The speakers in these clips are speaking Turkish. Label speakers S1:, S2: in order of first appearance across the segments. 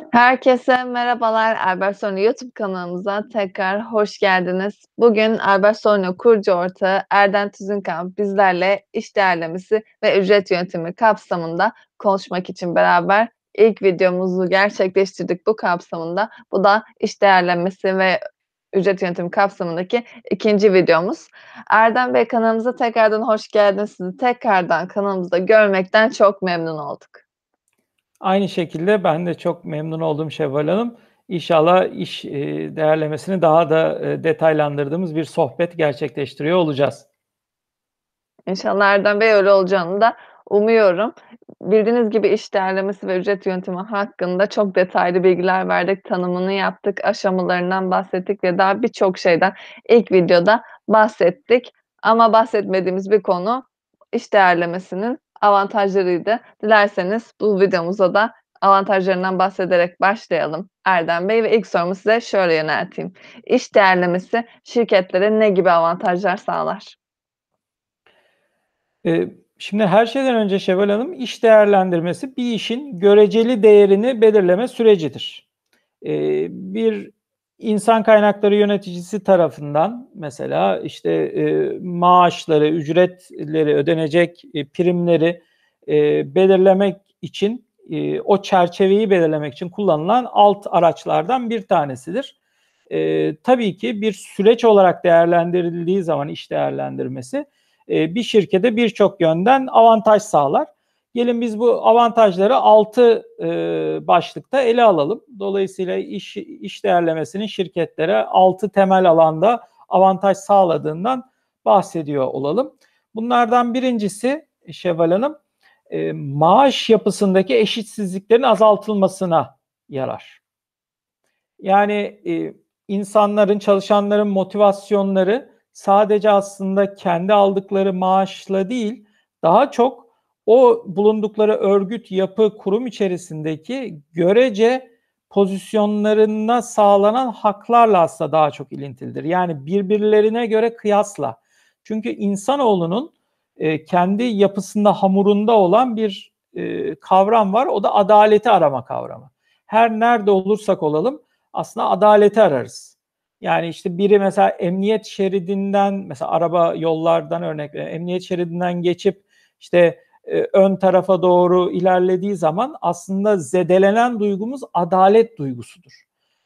S1: Herkese merhabalar. Albert Sorunu YouTube kanalımıza tekrar hoş geldiniz. Bugün Albert Sorunu kurucu ortağı Erden Tüzünkamp bizlerle iş değerlemesi ve ücret yönetimi kapsamında konuşmak için beraber ilk videomuzu gerçekleştirdik bu kapsamında. Bu da iş değerlemesi ve ücret yönetimi kapsamındaki ikinci videomuz. Erdem Bey, kanalımıza tekrardan hoş geldiniz. Sizi tekrardan kanalımızda görmekten çok memnun olduk.
S2: Aynı şekilde ben de çok memnun oldum Şevval Hanım. İnşallah iş değerlemesini daha da detaylandırdığımız bir sohbet gerçekleştiriyor olacağız.
S1: İnşallah Erdem Bey öyle olacağını da umuyorum. Bildiğiniz gibi iş değerlemesi ve ücret yönetimi hakkında çok detaylı bilgiler verdik, tanımını yaptık, aşamalarından bahsettik ve daha birçok şeyden ilk videoda bahsettik. Ama bahsetmediğimiz bir konu iş değerlemesinin avantajlarıydı. Dilerseniz bu videomuza da avantajlarından bahsederek başlayalım Erdem Bey ve ilk sorumu size şöyle yönelteyim. İş değerlemesi şirketlere ne gibi avantajlar sağlar?
S2: Şimdi her şeyden önce Şevval Hanım, iş değerlendirmesi bir işin göreceli değerini belirleme sürecidir. Bir insan kaynakları yöneticisi tarafından mesela işte maaşları, ücretleri, ödenecek primleri belirlemek için o çerçeveyi belirlemek için kullanılan alt araçlardan bir tanesidir. Tabii ki bir süreç olarak değerlendirildiği zaman iş değerlendirmesi bir şirkete birçok yönden avantaj sağlar. Gelin biz bu avantajları 6 başlıkta ele alalım. Dolayısıyla iş değerlemesinin şirketlere 6 temel alanda avantaj sağladığından bahsediyor olalım. Bunlardan birincisi Şevval Hanım, maaş yapısındaki eşitsizliklerin azaltılmasına yarar. Yani insanların, çalışanların motivasyonları sadece aslında kendi aldıkları maaşla değil, daha çok o bulundukları örgüt, yapı, kurum içerisindeki görece pozisyonlarına sağlanan haklarla aslında daha çok ilintilidir. Yani birbirlerine göre kıyasla. Çünkü insanoğlunun kendi yapısında, hamurunda olan bir kavram var. O da adaleti arama kavramı. Her nerede olursak olalım aslında adaleti ararız. Yani işte biri mesela emniyet şeridinden, mesela araba yollardan örnek verelim, emniyet şeridinden geçip işte ön tarafa doğru ilerlediği zaman aslında zedelenen duygumuz adalet duygusudur.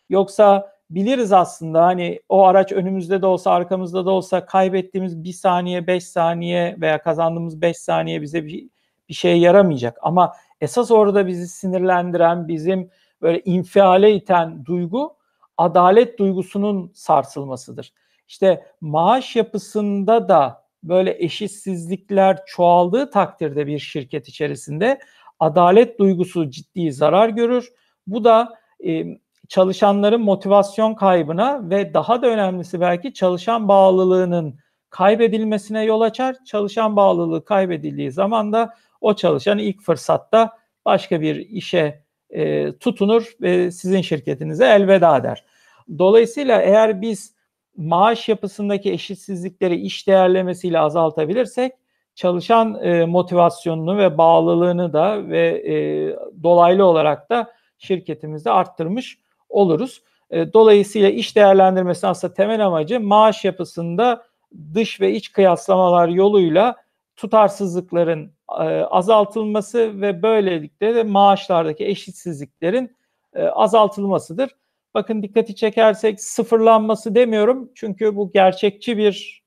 S2: Yoksa biliriz aslında hani o araç önümüzde de olsa arkamızda da olsa kaybettiğimiz 1 saniye 5 saniye veya kazandığımız 5 saniye bize bir şeye yaramayacak. Ama esas orada bizi sinirlendiren, bizim böyle infiale iten duygu adalet duygusunun sarsılmasıdır. İşte maaş yapısında da böyle eşitsizlikler çoğaldığı takdirde bir şirket içerisinde adalet duygusu ciddi zarar görür. Bu da çalışanların motivasyon kaybına ve daha da önemlisi belki çalışan bağlılığının kaybedilmesine yol açar. Çalışan bağlılığı kaybedildiği zaman da o çalışan ilk fırsatta başka bir işe tutunur ve sizin şirketinize elveda eder. Dolayısıyla eğer biz maaş yapısındaki eşitsizlikleri iş değerlemesiyle azaltabilirsek çalışan motivasyonunu ve bağlılığını da ve dolaylı olarak da şirketimizde arttırmış oluruz. Dolayısıyla iş değerlendirmesinin aslında temel amacı maaş yapısında dış ve iç kıyaslamalar yoluyla tutarsızlıkların azaltılması ve böylelikle de maaşlardaki eşitsizliklerin azaltılmasıdır. Bakın dikkati çekersek sıfırlanması demiyorum çünkü bu gerçekçi bir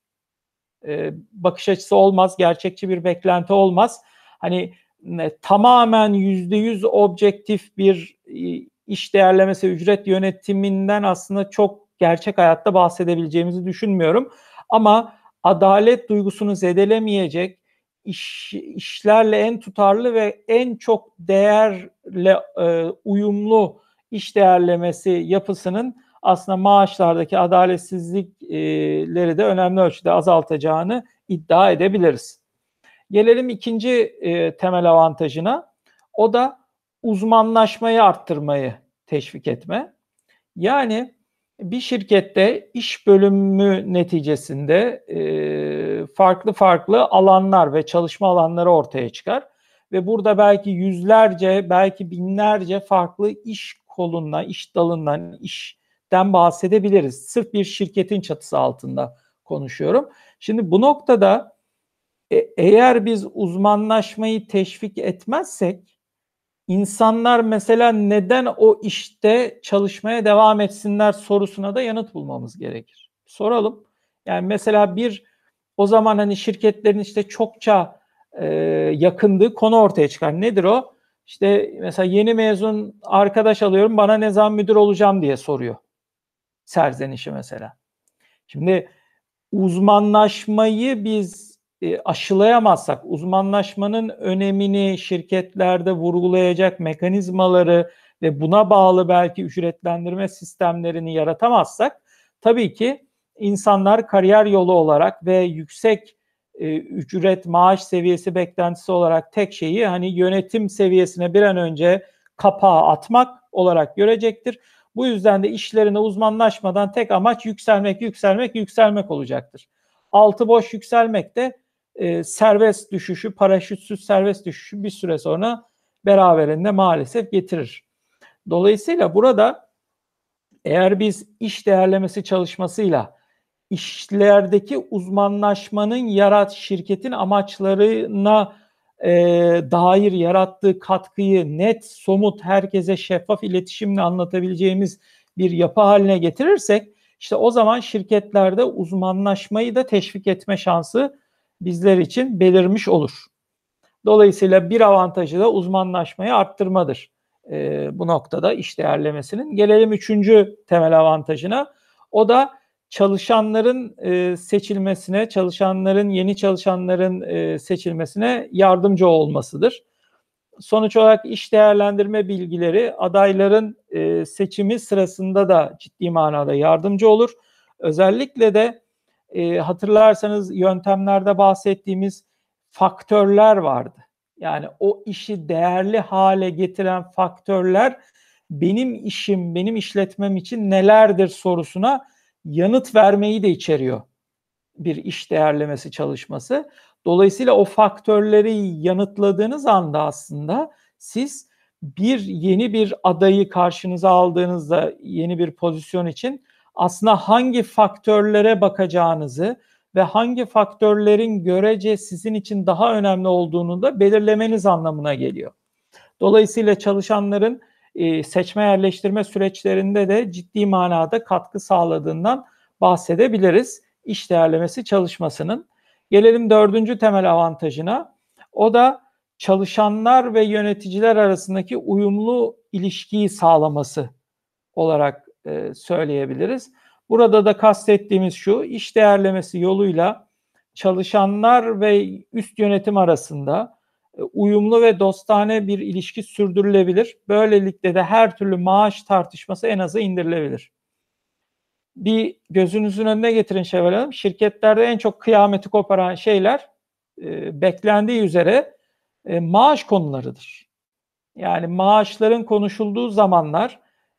S2: bakış açısı olmaz, gerçekçi bir beklenti olmaz. Hani tamamen %100 objektif bir iş değerlemesi, ücret yönetiminden aslında çok gerçek hayatta bahsedebileceğimizi düşünmüyorum. Ama adalet duygusunu zedelemeyecek, işlerle en tutarlı ve en çok değerle uyumlu iş değerlemesi yapısının aslında maaşlardaki adaletsizlikleri de önemli ölçüde azaltacağını iddia edebiliriz. Gelelim ikinci temel avantajına. O da uzmanlaşmayı arttırmayı teşvik etme. Yani bir şirkette iş bölümü neticesinde farklı farklı alanlar ve çalışma alanları ortaya çıkar. Ve burada belki yüzlerce, belki binlerce farklı iş kolundan, iş dalından, işten bahsedebiliriz. Sırf bir şirketin çatısı altında konuşuyorum. Şimdi bu noktada eğer biz uzmanlaşmayı teşvik etmezsek, insanlar mesela neden o işte çalışmaya devam etsinler sorusuna da yanıt bulmamız gerekir. Soralım. Yani mesela o zaman hani şirketlerin işte çokça yakındığı konu ortaya çıkar. Nedir o? İşte mesela yeni mezun arkadaş alıyorum, bana ne zaman müdür olacağım diye soruyor. Serzenişi mesela. Şimdi uzmanlaşmayı biz aşılayamazsak, uzmanlaşmanın önemini şirketlerde vurgulayacak mekanizmaları ve buna bağlı belki ücretlendirme sistemlerini yaratamazsak, tabii ki insanlar kariyer yolu olarak ve yüksek ücret, maaş seviyesi beklentisi olarak tek şeyi hani yönetim seviyesine bir an önce kapağı atmak olarak görecektir. Bu yüzden de işlerine uzmanlaşmadan tek amaç yükselmek, yükselmek, yükselmek olacaktır. Altı boş yükselmek de serbest düşüşü, paraşütsüz serbest düşüşü bir süre sonra beraberinde maalesef getirir. Dolayısıyla burada eğer biz iş değerlemesi çalışmasıyla işlerdeki uzmanlaşmanın şirketin amaçlarına dair yarattığı katkıyı net, somut, herkese şeffaf iletişimle anlatabileceğimiz bir yapı haline getirirsek, işte o zaman şirketlerde uzmanlaşmayı da teşvik etme şansı bizler için belirmiş olur. Dolayısıyla bir avantajı da uzmanlaşmayı arttırmadır. Bu noktada iş değerlemesinin. Gelelim üçüncü temel avantajına. O da çalışanların seçilmesine, yeni çalışanların seçilmesine yardımcı olmasıdır. Sonuç olarak iş değerlendirme bilgileri adayların seçimi sırasında da ciddi manada yardımcı olur. Özellikle de hatırlarsanız yöntemlerde bahsettiğimiz faktörler vardı. Yani o işi değerli hale getiren faktörler benim işim, benim işletmem için nelerdir sorusuna yanıt vermeyi de içeriyor bir iş değerlemesi çalışması. Dolayısıyla o faktörleri yanıtladığınız anda aslında siz yeni bir adayı karşınıza aldığınızda yeni bir pozisyon için aslında hangi faktörlere bakacağınızı ve hangi faktörlerin görece sizin için daha önemli olduğunu da belirlemeniz anlamına geliyor. Dolayısıyla çalışanların seçme yerleştirme süreçlerinde de ciddi manada katkı sağladığından bahsedebiliriz iş değerlemesi çalışmasının. Gelelim dördüncü temel avantajına. O da çalışanlar ve yöneticiler arasındaki uyumlu ilişkiyi sağlaması olarak söyleyebiliriz. Burada da kastettiğimiz şu, iş değerlemesi yoluyla çalışanlar ve üst yönetim arasında uyumlu ve dostane bir ilişki sürdürülebilir. Böylelikle de her türlü maaş tartışması en aza indirilebilir. Bir gözünüzün önüne getirin Şevval Hanım. Şirketlerde en çok kıyameti koparan şeyler beklendiği üzere maaş konularıdır. Yani maaşların konuşulduğu zamanlar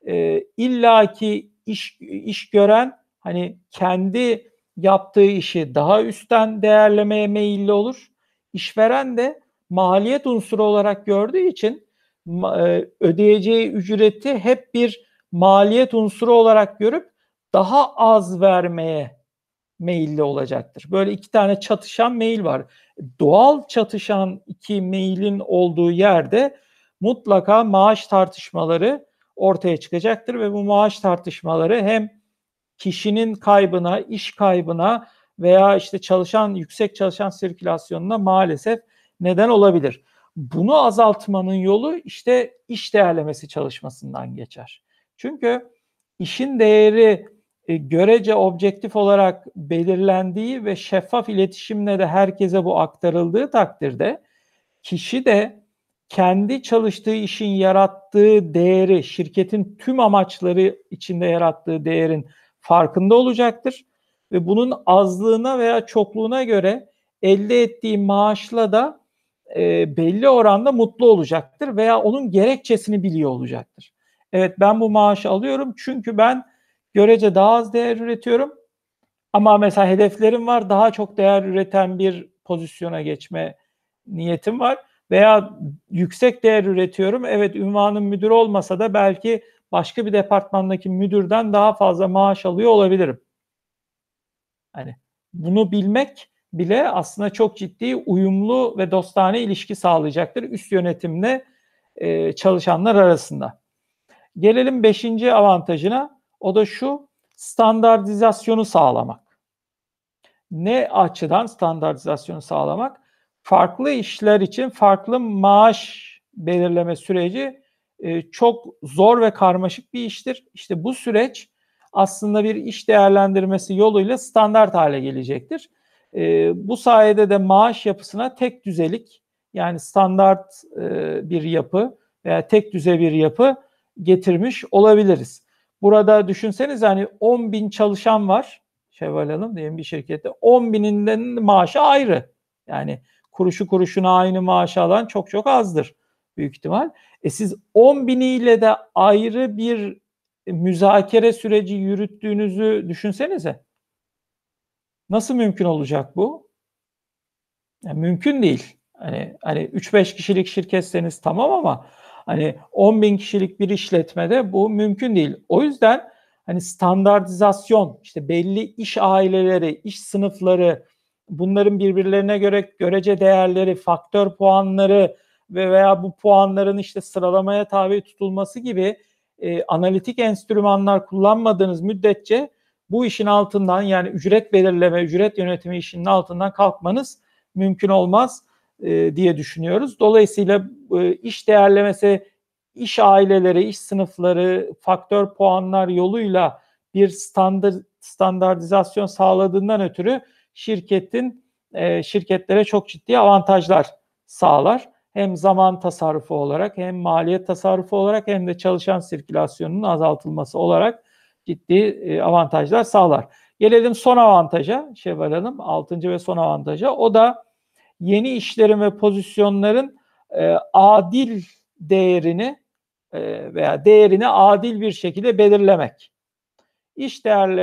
S2: illaki iş gören hani kendi yaptığı işi daha üstten değerlemeye meyilli olur. İşveren de maliyet unsuru olarak gördüğü için ödeyeceği ücreti hep bir maliyet unsuru olarak görüp daha az vermeye meyilli olacaktır. Böyle iki tane çatışan meyil var. Doğal çatışan iki meylin olduğu yerde mutlaka maaş tartışmaları ortaya çıkacaktır ve bu maaş tartışmaları hem kişinin kaybına, iş kaybına veya işte yüksek çalışan sirkülasyonuna maalesef neden olabilir. Bunu azaltmanın yolu işte iş değerlemesi çalışmasından geçer. Çünkü işin değeri görece objektif olarak belirlendiği ve şeffaf iletişimle de herkese bu aktarıldığı takdirde kişi de kendi çalıştığı işin yarattığı değeri, şirketin tüm amaçları içinde yarattığı değerin farkında olacaktır ve bunun azlığına veya çokluğuna göre elde ettiği maaşla da belli oranda mutlu olacaktır veya onun gerekçesini biliyor olacaktır. Evet, ben bu maaşı alıyorum çünkü ben görece daha az değer üretiyorum ama mesela hedeflerim var, daha çok değer üreten bir pozisyona geçme niyetim var veya yüksek değer üretiyorum. Evet, ünvanım müdür olmasa da belki başka bir departmandaki müdürden daha fazla maaş alıyor olabilirim. Hani bunu bilmek bile aslında çok ciddi uyumlu ve dostane ilişki sağlayacaktır üst yönetimle çalışanlar arasında. Gelelim 5. avantajına. O da şu: standartizasyonu sağlamak. Ne açıdan standartizasyonu sağlamak? Farklı işler için farklı maaş belirleme süreci çok zor ve karmaşık bir iştir. İşte bu süreç aslında bir iş değerlendirmesi yoluyla standart hale gelecektir. Bu sayede de maaş yapısına tek düzelik, yani standart bir yapı veya tek düze bir yapı getirmiş olabiliriz. Burada düşünseniz, hani 10.000 çalışan var Şevval Hanım diyelim bir şirkette. 10.000'inden maaşı ayrı. Yani kuruşu kuruşuna aynı maaşı alan çok çok azdır büyük ihtimal. Siz 10.000'iyle de ayrı bir müzakere süreci yürüttüğünüzü düşünsenize. Nasıl mümkün olacak bu? Yani mümkün değil. Hani 3-5 kişilik şirketseniz tamam, ama hani 10.000 kişilik bir işletmede bu mümkün değil. O yüzden hani standartizasyon, işte belli iş aileleri, iş sınıfları, bunların birbirlerine göre görece değerleri, faktör puanları ve veya bu puanların işte sıralamaya tabi tutulması gibi analitik enstrümanlar kullanmadığınız müddetçe bu işin altından, yani ücret belirleme, ücret yönetimi işinin altından kalkmanız mümkün olmaz diye düşünüyoruz. Dolayısıyla iş değerlemesi, iş aileleri, iş sınıfları, faktör puanlar yoluyla bir standartizasyon sağladığından ötürü şirketlere çok ciddi avantajlar sağlar. Hem zaman tasarrufu olarak, hem maliyet tasarrufu olarak, hem de çalışan sirkülasyonunun azaltılması olarak ciddi avantajlar sağlar. Gelelim son avantaja Şevval Hanım, 6. ve son avantaja. O da yeni işlerin ve pozisyonların adil değerini veya değerini adil bir şekilde belirlemek. İş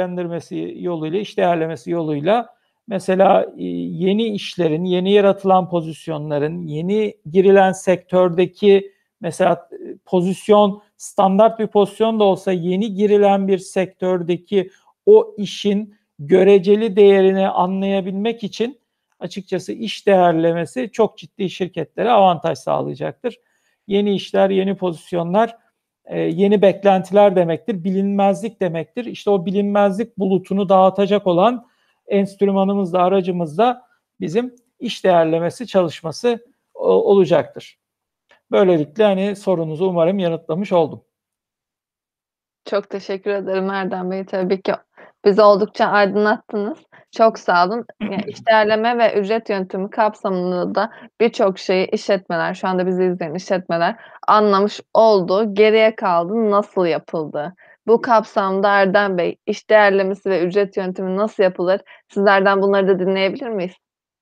S2: değerlemesi yoluyla mesela yeni işlerin, yeni yaratılan pozisyonların, yeni girilen sektördeki mesela pozisyon, standart bir pozisyon da olsa yeni girilen bir sektördeki o işin göreceli değerini anlayabilmek için açıkçası iş değerlemesi çok ciddi şirketlere avantaj sağlayacaktır. Yeni işler, yeni pozisyonlar, yeni beklentiler demektir, bilinmezlik demektir. İşte o bilinmezlik bulutunu dağıtacak olan enstrümanımız da, aracımız da bizim iş değerlemesi çalışması olacaktır. Böylelikle hani sorunuzu umarım yanıtlamış oldum.
S1: Çok teşekkür ederim Erdem Bey. Tabii ki bizi oldukça aydınlattınız. Çok sağ olun. İş değerleme ve ücret yönetimi kapsamında da birçok şeyi işletmeler, şu anda bizi izleyen işletmeler anlamış oldu. Geriye kaldı nasıl yapıldığı. Bu kapsamda Erdem Bey, iş değerlemesi ve ücret yönetimi nasıl yapılır? Sizlerden bunları da dinleyebilir miyiz?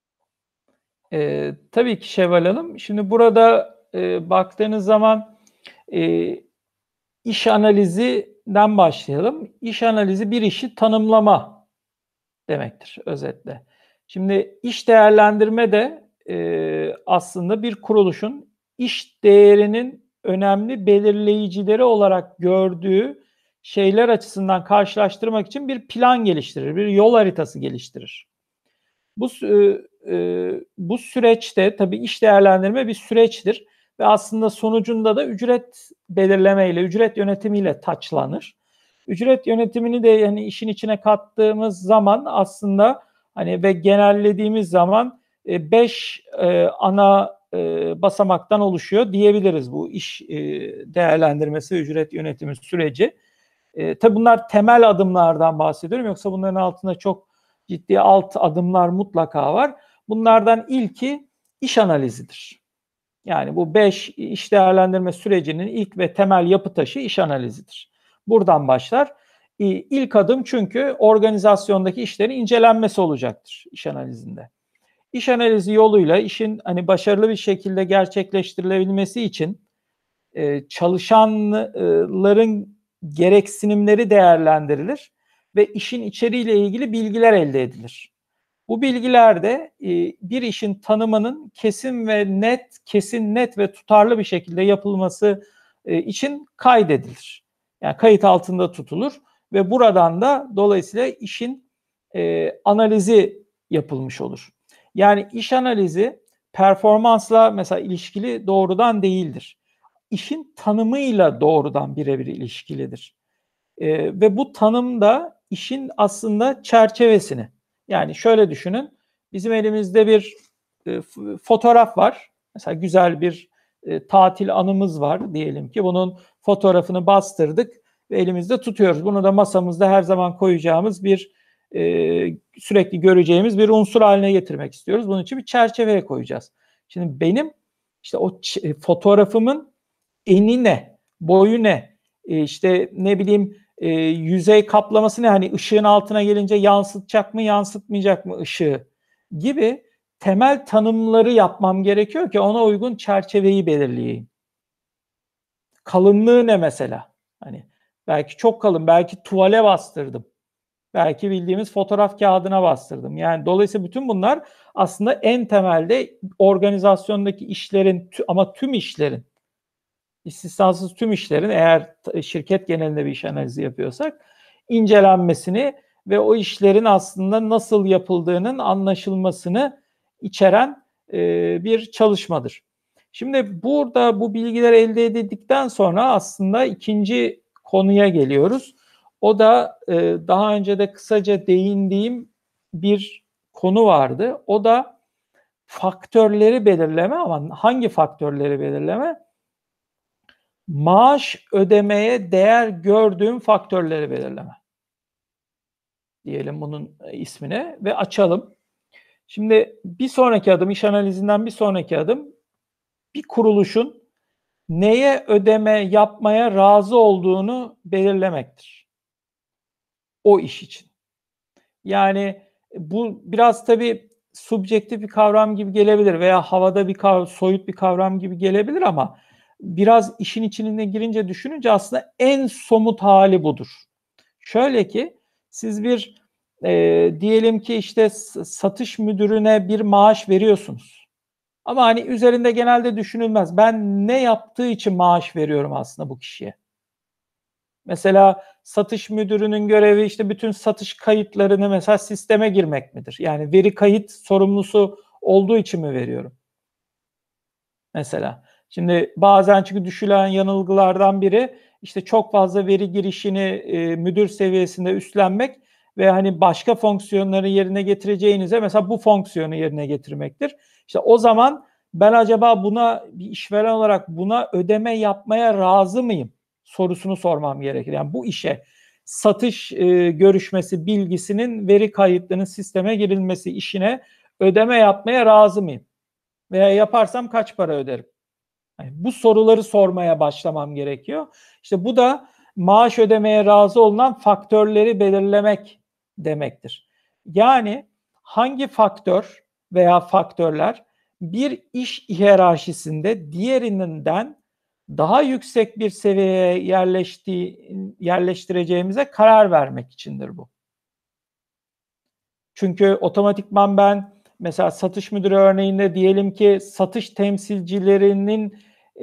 S2: Tabii ki Şevval Hanım. Şimdi burada baktığınız zaman iş analizinden başlayalım. İş analizi bir işi tanımlama demektir özetle. Şimdi iş değerlendirme de aslında bir kuruluşun iş değerinin önemli belirleyicileri olarak gördüğü şeyler açısından karşılaştırmak için bir plan geliştirir, bir yol haritası geliştirir. Bu süreçte tabii iş değerlendirme bir süreçtir ve aslında sonucunda da ücret belirlemeyle, ücret yönetimiyle taçlanır. Ücret yönetimini de yani işin içine kattığımız zaman aslında hani ve genellediğimiz zaman 5 ana basamaktan oluşuyor diyebiliriz bu iş değerlendirmesi ve ücret yönetimi süreci. Tabii bunlar temel adımlardan bahsediyorum, yoksa bunların altında çok ciddi alt adımlar mutlaka var. Bunlardan ilki iş analizidir. Yani bu 5 iş değerlendirme sürecinin ilk ve temel yapı taşı iş analizidir. Buradan başlar. İlk adım çünkü organizasyondaki işlerin incelenmesi olacaktır iş analizinde. İş analizi yoluyla işin hani başarılı bir şekilde gerçekleştirilebilmesi için çalışanların gereksinimleri değerlendirilir ve işin içeriğiyle ilgili bilgiler elde edilir. Bu bilgiler de bir işin tanımının kesin net ve tutarlı bir şekilde yapılması için kaydedilir. Yani kayıt altında tutulur ve buradan da dolayısıyla işin analizi yapılmış olur. Yani iş analizi performansla mesela ilişkili doğrudan değildir. İşin tanımıyla doğrudan birebir ilişkilidir. Ve bu tanım da işin aslında çerçevesini. Yani şöyle düşünün, bizim elimizde bir fotoğraf var. Mesela güzel bir tatil anımız var diyelim ki. Bunun fotoğrafını bastırdık ve elimizde tutuyoruz. Bunu da masamızda her zaman koyacağımız bir sürekli göreceğimiz bir unsur haline getirmek istiyoruz. Bunun için bir çerçeveye koyacağız. Şimdi benim işte o fotoğrafımın eni ne, boyu ne, işte ne bileyim yüzey kaplaması ne, hani ışığın altına gelince yansıtacak mı yansıtmayacak mı ışığı gibi temel tanımları yapmam gerekiyor ki ona uygun çerçeveyi belirleyeyim. Kalınlığı ne mesela? Hani belki çok kalın, belki tuvale bastırdım. Belki bildiğimiz fotoğraf kağıdına bastırdım. Yani dolayısıyla bütün bunlar aslında en temelde organizasyondaki işlerin ama tüm işlerin, istisnasız tüm işlerin, eğer şirket genelinde bir iş analizi yapıyorsak, incelenmesini ve o işlerin aslında nasıl yapıldığının anlaşılmasını içeren bir çalışmadır. Şimdi burada bu bilgiler elde edildikten sonra aslında ikinci konuya geliyoruz. O da daha önce de kısaca değindiğim bir konu vardı. O da faktörleri belirleme, ama hangi faktörleri belirleme? Maaş ödemeye değer gördüğüm faktörleri belirleme. Diyelim bunun ismine ve açalım. Şimdi bir sonraki adım, iş analizinden bir sonraki adım, bir kuruluşun neye ödeme yapmaya razı olduğunu belirlemektir. O iş için. Yani bu biraz tabii subjektif bir kavram gibi gelebilir veya havada bir kavram, soyut bir kavram gibi gelebilir ama biraz işin içine girince, düşününce aslında en somut hali budur. Şöyle ki, siz bir diyelim ki işte satış müdürüne bir maaş veriyorsunuz. Ama hani üzerinde genelde düşünülmez. Ben ne yaptığı için maaş veriyorum aslında bu kişiye? Mesela satış müdürünün görevi işte bütün satış kayıtlarını mesela sisteme girmek midir? Yani veri kayıt sorumlusu olduğu için mi veriyorum? Mesela. Şimdi bazen çünkü düşülen yanılgılardan biri işte çok fazla veri girişini müdür seviyesinde üstlenmek ve hani başka fonksiyonları yerine getireceğinize mesela bu fonksiyonu yerine getirmektir. İşte o zaman ben acaba buna bir işveren olarak buna ödeme yapmaya razı mıyım sorusunu sormam gerekir. Yani bu işe satış görüşmesi bilgisinin veri kayıtlarının sisteme girilmesi işine ödeme yapmaya razı mıyım? Veya yaparsam kaç para öderim? Yani bu soruları sormaya başlamam gerekiyor. İşte bu da maaş ödemeye razı olunan faktörleri belirlemek demektir. Yani hangi faktör veya faktörler bir iş hiyerarşisinde diğerinden daha yüksek bir seviyeye yerleştireceğimize karar vermek içindir bu. Çünkü otomatikman ben mesela satış müdürü örneğinde diyelim ki satış temsilcilerinin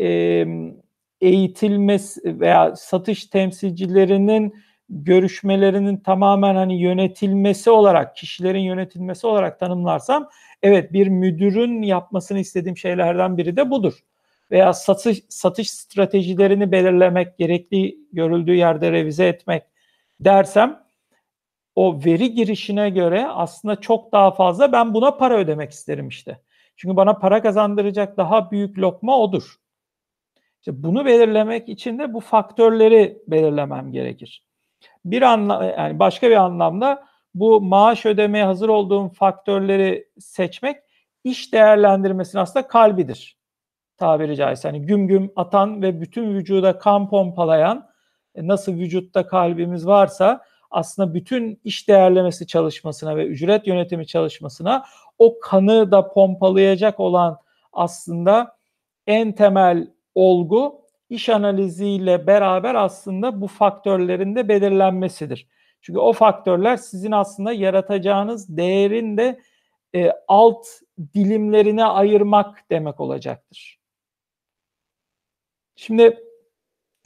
S2: eğitilmesi veya satış temsilcilerinin görüşmelerinin tamamen hani yönetilmesi olarak, kişilerin yönetilmesi olarak tanımlarsam, evet, bir müdürün yapmasını istediğim şeylerden biri de budur. Veya satış stratejilerini belirlemek, gerekli görüldüğü yerde revize etmek dersem, o veri girişine göre aslında çok daha fazla ben buna para ödemek isterim işte. Çünkü bana para kazandıracak daha büyük lokma odur. İşte bunu belirlemek için de bu faktörleri belirlemem gerekir. Yani başka bir anlamda bu maaş ödemeye hazır olduğum faktörleri seçmek iş değerlendirmesinin aslında kalbidir. Tabiri caizse hani güm güm atan ve bütün vücuda kan pompalayan, nasıl vücutta kalbimiz varsa aslında bütün iş değerlemesi çalışmasına ve ücret yönetimi çalışmasına o kanı da pompalayacak olan aslında en temel olgu iş analiziyle beraber aslında bu faktörlerin de belirlenmesidir. Çünkü o faktörler sizin aslında yaratacağınız değerin de alt dilimlerine ayırmak demek olacaktır. Şimdi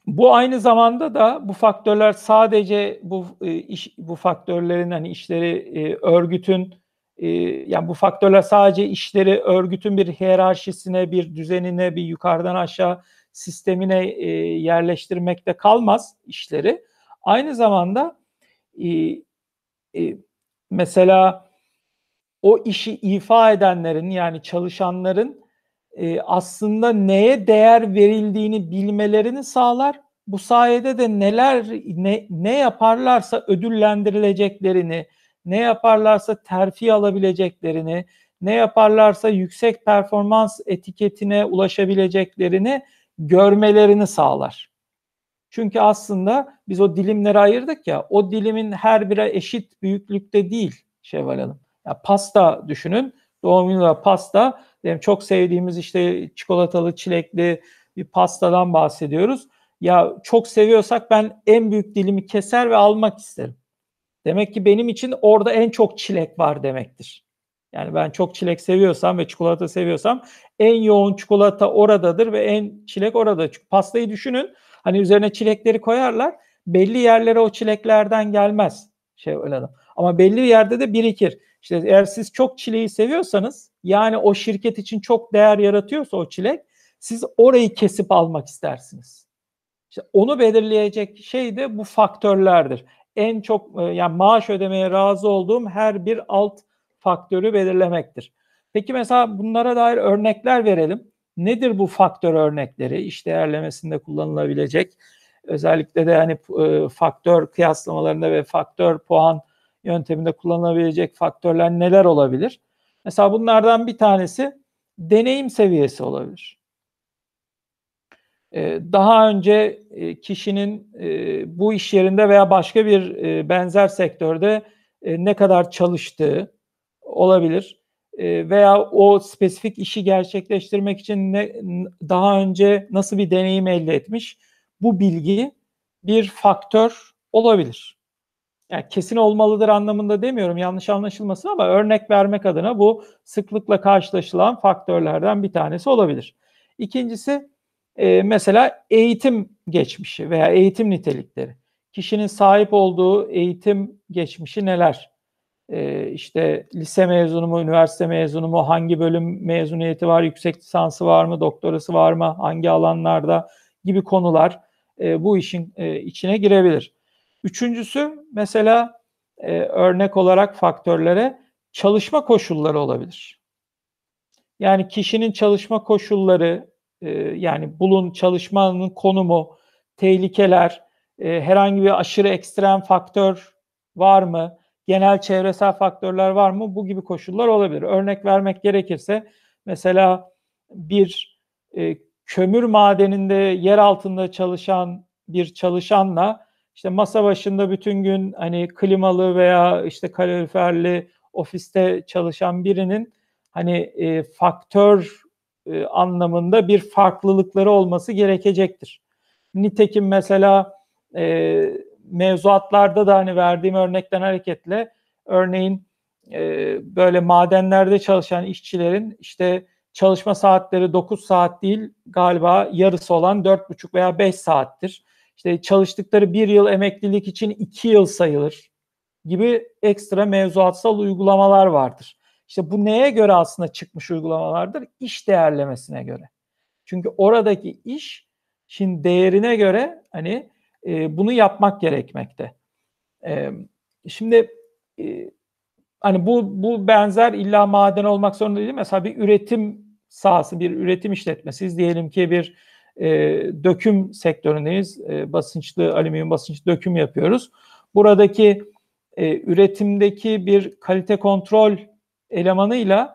S2: Bu aynı zamanda da bu faktörler sadece bu faktörlerin hani işleri örgütün yani bu faktörler sadece işleri örgütün bir hiyerarşisine, bir düzenine, bir yukarıdan aşağı sistemine yerleştirmekte kalmaz işleri. Aynı zamanda e, e, mesela o işi ifa edenlerin yani çalışanların aslında neye değer verildiğini bilmelerini sağlar. Bu sayede de ne yaparlarsa ödüllendirileceklerini, ne yaparlarsa terfi alabileceklerini, ne yaparlarsa yüksek performans etiketine ulaşabileceklerini görmelerini sağlar. Çünkü aslında biz o dilimleri ayırdık ya, o dilimin her biri eşit büyüklükte değil Şevval Hanım. Ya pasta düşünün, doğum günü pasta, benim çok sevdiğimiz işte çikolatalı, çilekli bir pastadan bahsediyoruz. Ya çok seviyorsak ben en büyük dilimi keser ve almak isterim. Demek ki benim için orada en çok çilek var demektir. Yani ben çok çilek seviyorsam ve çikolata seviyorsam en yoğun çikolata oradadır ve en çilek orada. Çünkü pastayı düşünün. Hani üzerine çilekleri koyarlar. Belli yerlere o çileklerden gelmez. Öyle adam. Ama belli bir yerde de birikir. İşte eğer siz çok çileği seviyorsanız yani o şirket için çok değer yaratıyorsa o çilek siz orayı kesip almak istersiniz. İşte onu belirleyecek şey de bu faktörlerdir. En çok yani maaş ödemeye razı olduğum her bir alt faktörü belirlemektir. Peki mesela bunlara dair örnekler verelim. Nedir bu faktör örnekleri? İş değerlemesinde kullanılabilecek. Özellikle de hani faktör kıyaslamalarında ve faktör puan yönteminde kullanılabilecek faktörler neler olabilir? Mesela bunlardan bir tanesi deneyim seviyesi olabilir. Daha önce kişinin bu iş yerinde veya başka bir benzer sektörde ne kadar çalıştığı olabilir. Veya o spesifik işi gerçekleştirmek için daha önce nasıl bir deneyim elde etmiş, bu bilgi bir faktör olabilir. Yani kesin olmalıdır anlamında demiyorum, yanlış anlaşılmasın, ama örnek vermek adına bu sıklıkla karşılaşılan faktörlerden bir tanesi olabilir. İkincisi mesela eğitim geçmişi veya eğitim nitelikleri. Kişinin sahip olduğu eğitim geçmişi neler? İşte lise mezunu mu, üniversite mezunu mu, hangi bölüm mezuniyeti var, yüksek lisansı var mı, doktorası var mı, hangi alanlarda gibi konular bu işin içine girebilir. Üçüncüsü mesela örnek olarak faktörlere çalışma koşulları olabilir. Yani kişinin çalışma koşulları, yani çalışmanın konumu, tehlikeler, herhangi bir aşırı ekstrem faktör var mı? Genel çevresel faktörler var mı? Bu gibi koşullar olabilir. Örnek vermek gerekirse mesela bir kömür madeninde yer altında çalışan bir çalışanla işte masa başında bütün gün hani klimalı veya işte kaloriferli ofiste çalışan birinin hani faktör anlamında bir farklılıkları olması gerekecektir. Nitekim mesela mevzuatlarda da hani verdiğim örnekten hareketle örneğin böyle madenlerde çalışan işçilerin işte çalışma saatleri 9 saat değil, galiba yarısı olan 4,5 veya 5 saattir. İşte çalıştıkları bir yıl emeklilik için 2 yıl sayılır gibi ekstra mevzuatsal uygulamalar vardır. İşte bu neye göre aslında çıkmış uygulamalardır? İş değerlemesine göre. Çünkü oradaki işin değerine göre hani bunu yapmak gerekmekte. Şimdi hani bu benzer illa maden olmak zorunda değil. Mesela bir üretim sahası, bir üretim işletmesiyiz. Diyelim ki bir döküm sektöründeyiz. Basınçlı, alüminyum basınçlı döküm yapıyoruz. Buradaki üretimdeki bir kalite kontrol elemanıyla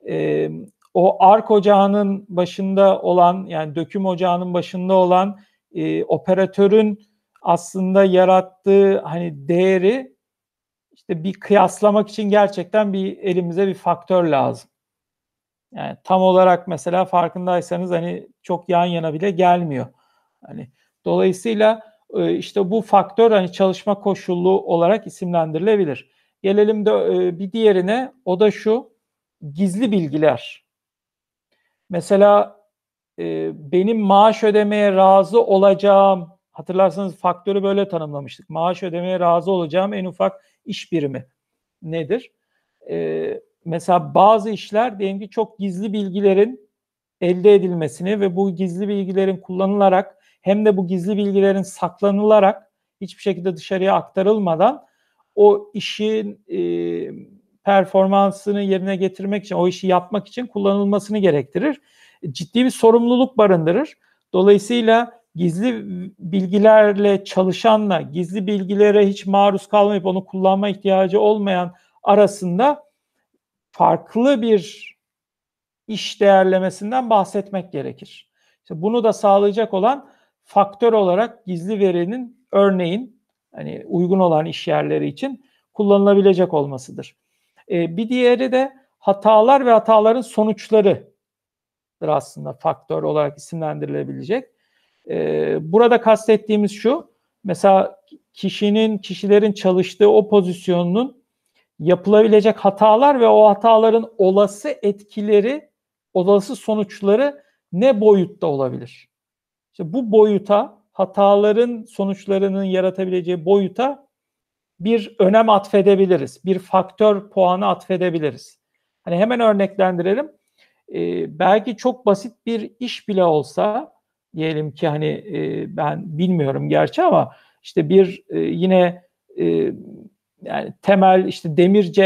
S2: o ark ocağının başında olan, yani döküm ocağının başında olan operatörün aslında yarattığı hani değeri işte bir kıyaslamak için gerçekten bir elimize bir faktör lazım. Yani tam olarak mesela farkındaysanız hani çok yan yana bile gelmiyor. Hani dolayısıyla işte bu faktör hani çalışma koşulu olarak isimlendirilebilir. Gelelim de bir diğerine, o da şu: gizli bilgiler. Mesela benim maaş ödemeye razı olacağım, hatırlarsanız faktörü böyle tanımlamıştık. Maaş ödemeye razı olacağım en ufak iş birimi nedir? Mesela bazı işler diyelim ki çok gizli bilgilerin elde edilmesini ve bu gizli bilgilerin kullanılarak hem de bu gizli bilgilerin saklanılarak hiçbir şekilde dışarıya aktarılmadan o işin performansını yerine getirmek için, o işi yapmak için kullanılmasını gerektirir. Ciddi bir sorumluluk barındırır. Dolayısıyla gizli bilgilerle çalışanla gizli bilgilere hiç maruz kalmayıp onu kullanma ihtiyacı olmayan arasında farklı bir iş değerlemesinden bahsetmek gerekir. İşte bunu da sağlayacak olan faktör olarak gizli verinin örneğin hani uygun olan iş yerleri için kullanılabilecek olmasıdır. Bir diğeri de hatalar ve hataların sonuçlarıdır aslında faktör olarak isimlendirilebilecek. Burada kastettiğimiz şu, mesela kişilerin çalıştığı o pozisyonun yapılabilecek hatalar ve o hataların olası etkileri, olası sonuçları ne boyutta olabilir? İşte bu boyuta, hataların sonuçlarının yaratabileceği boyuta bir önem atfedebiliriz. Bir faktör puanı atfedebiliriz. Hani hemen örneklendirelim. Belki çok basit bir iş bile olsa, diyelim ki hani ben bilmiyorum gerçi ama işte bir yine yani temel işte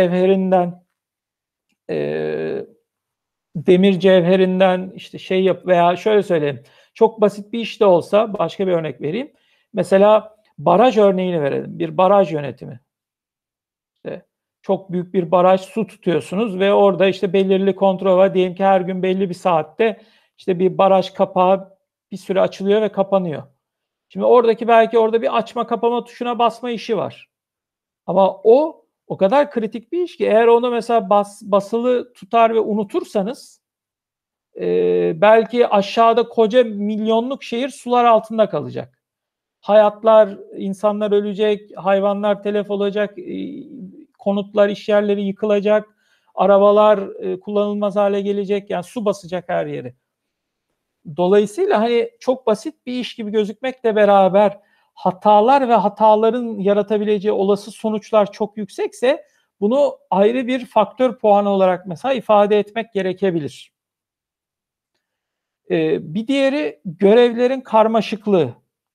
S2: demir cevherinden işte şey yap veya şöyle söyleyeyim. Çok basit bir iş de olsa başka bir örnek vereyim. Mesela baraj örneğini verelim. Bir baraj yönetimi. İşte çok büyük bir baraj, su tutuyorsunuz ve orada işte belirli kontrol var. Diyelim ki her gün belli bir saatte işte bir baraj kapağı bir süre açılıyor ve kapanıyor. Şimdi belki orada bir açma kapama tuşuna basma işi var. Ama o kadar kritik bir iş ki eğer onu mesela basılı tutar ve unutursanız belki aşağıda koca milyonluk şehir sular altında kalacak. Hayatlar, insanlar ölecek, hayvanlar telef olacak, konutlar, iş yerleri yıkılacak, arabalar kullanılmaz hale gelecek. Yani su basacak her yeri. Dolayısıyla hani çok basit bir iş gibi gözükmekle beraber hatalar ve hataların yaratabileceği olası sonuçlar çok yüksekse bunu ayrı bir faktör puanı olarak mesela ifade etmek gerekebilir. Bir diğeri görevlerin karmaşıklığı.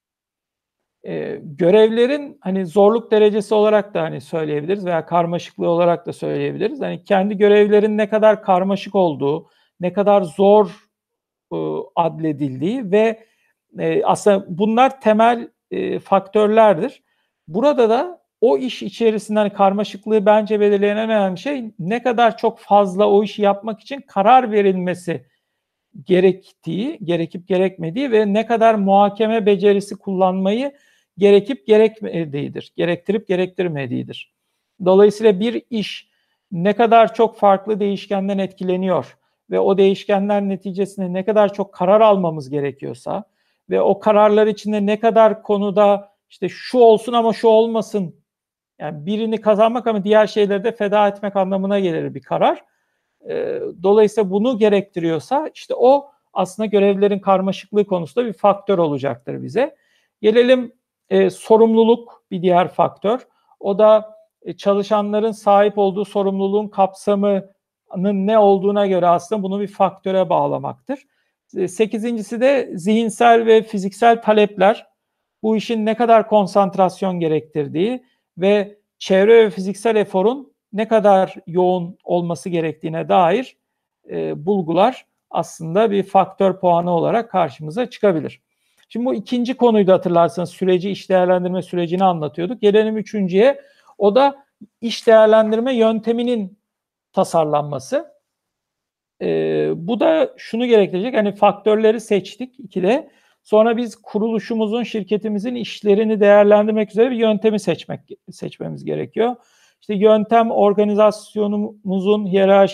S2: Görevlerin hani zorluk derecesi olarak da hani söyleyebiliriz veya karmaşıklığı olarak da söyleyebiliriz. Hani kendi görevlerin ne kadar karmaşık olduğu, ne kadar zor adledildiği ve aslında bunlar temel faktörlerdir. Burada da o iş içerisinden karmaşıklığı bence belirleyen en önemli şey ne kadar çok fazla o işi yapmak için karar verilmesi gerekip gerekmediği ve ne kadar muhakeme becerisi kullanmayı gerekip gerekmediğidir. Gerektirip gerektirmediğidir. Dolayısıyla bir iş ne kadar çok farklı değişkenden etkileniyor ve o değişkenler neticesinde ne kadar çok karar almamız gerekiyorsa ve o kararlar içinde ne kadar konuda işte şu olsun ama şu olmasın, yani birini kazanmak ama diğer şeyleri de feda etmek anlamına gelir bir karar. Dolayısıyla bunu gerektiriyorsa işte o aslında görevlerin karmaşıklığı konusunda bir faktör olacaktır bize. Gelelim sorumluluk, bir diğer faktör. O da çalışanların sahip olduğu sorumluluğun kapsamının ne olduğuna göre aslında bunu bir faktöre bağlamaktır. Sekizincisi de zihinsel ve fiziksel talepler. Bu işin ne kadar konsantrasyon gerektirdiği ve çevre ve fiziksel eforun ne kadar yoğun olması gerektiğine dair bulgular aslında bir faktör puanı olarak karşımıza çıkabilir. Şimdi bu ikinci konuyu da hatırlarsanız iş değerlendirme sürecini anlatıyorduk. Gelelim üçüncüye. O da iş değerlendirme yönteminin tasarlanması. Bu da şunu gerektirecek. Hani faktörleri seçtik ikide. Sonra biz kuruluşumuzun, şirketimizin işlerini değerlendirmek üzere bir yöntemi seçmemiz gerekiyor. İşte yöntem organizasyonumuzun,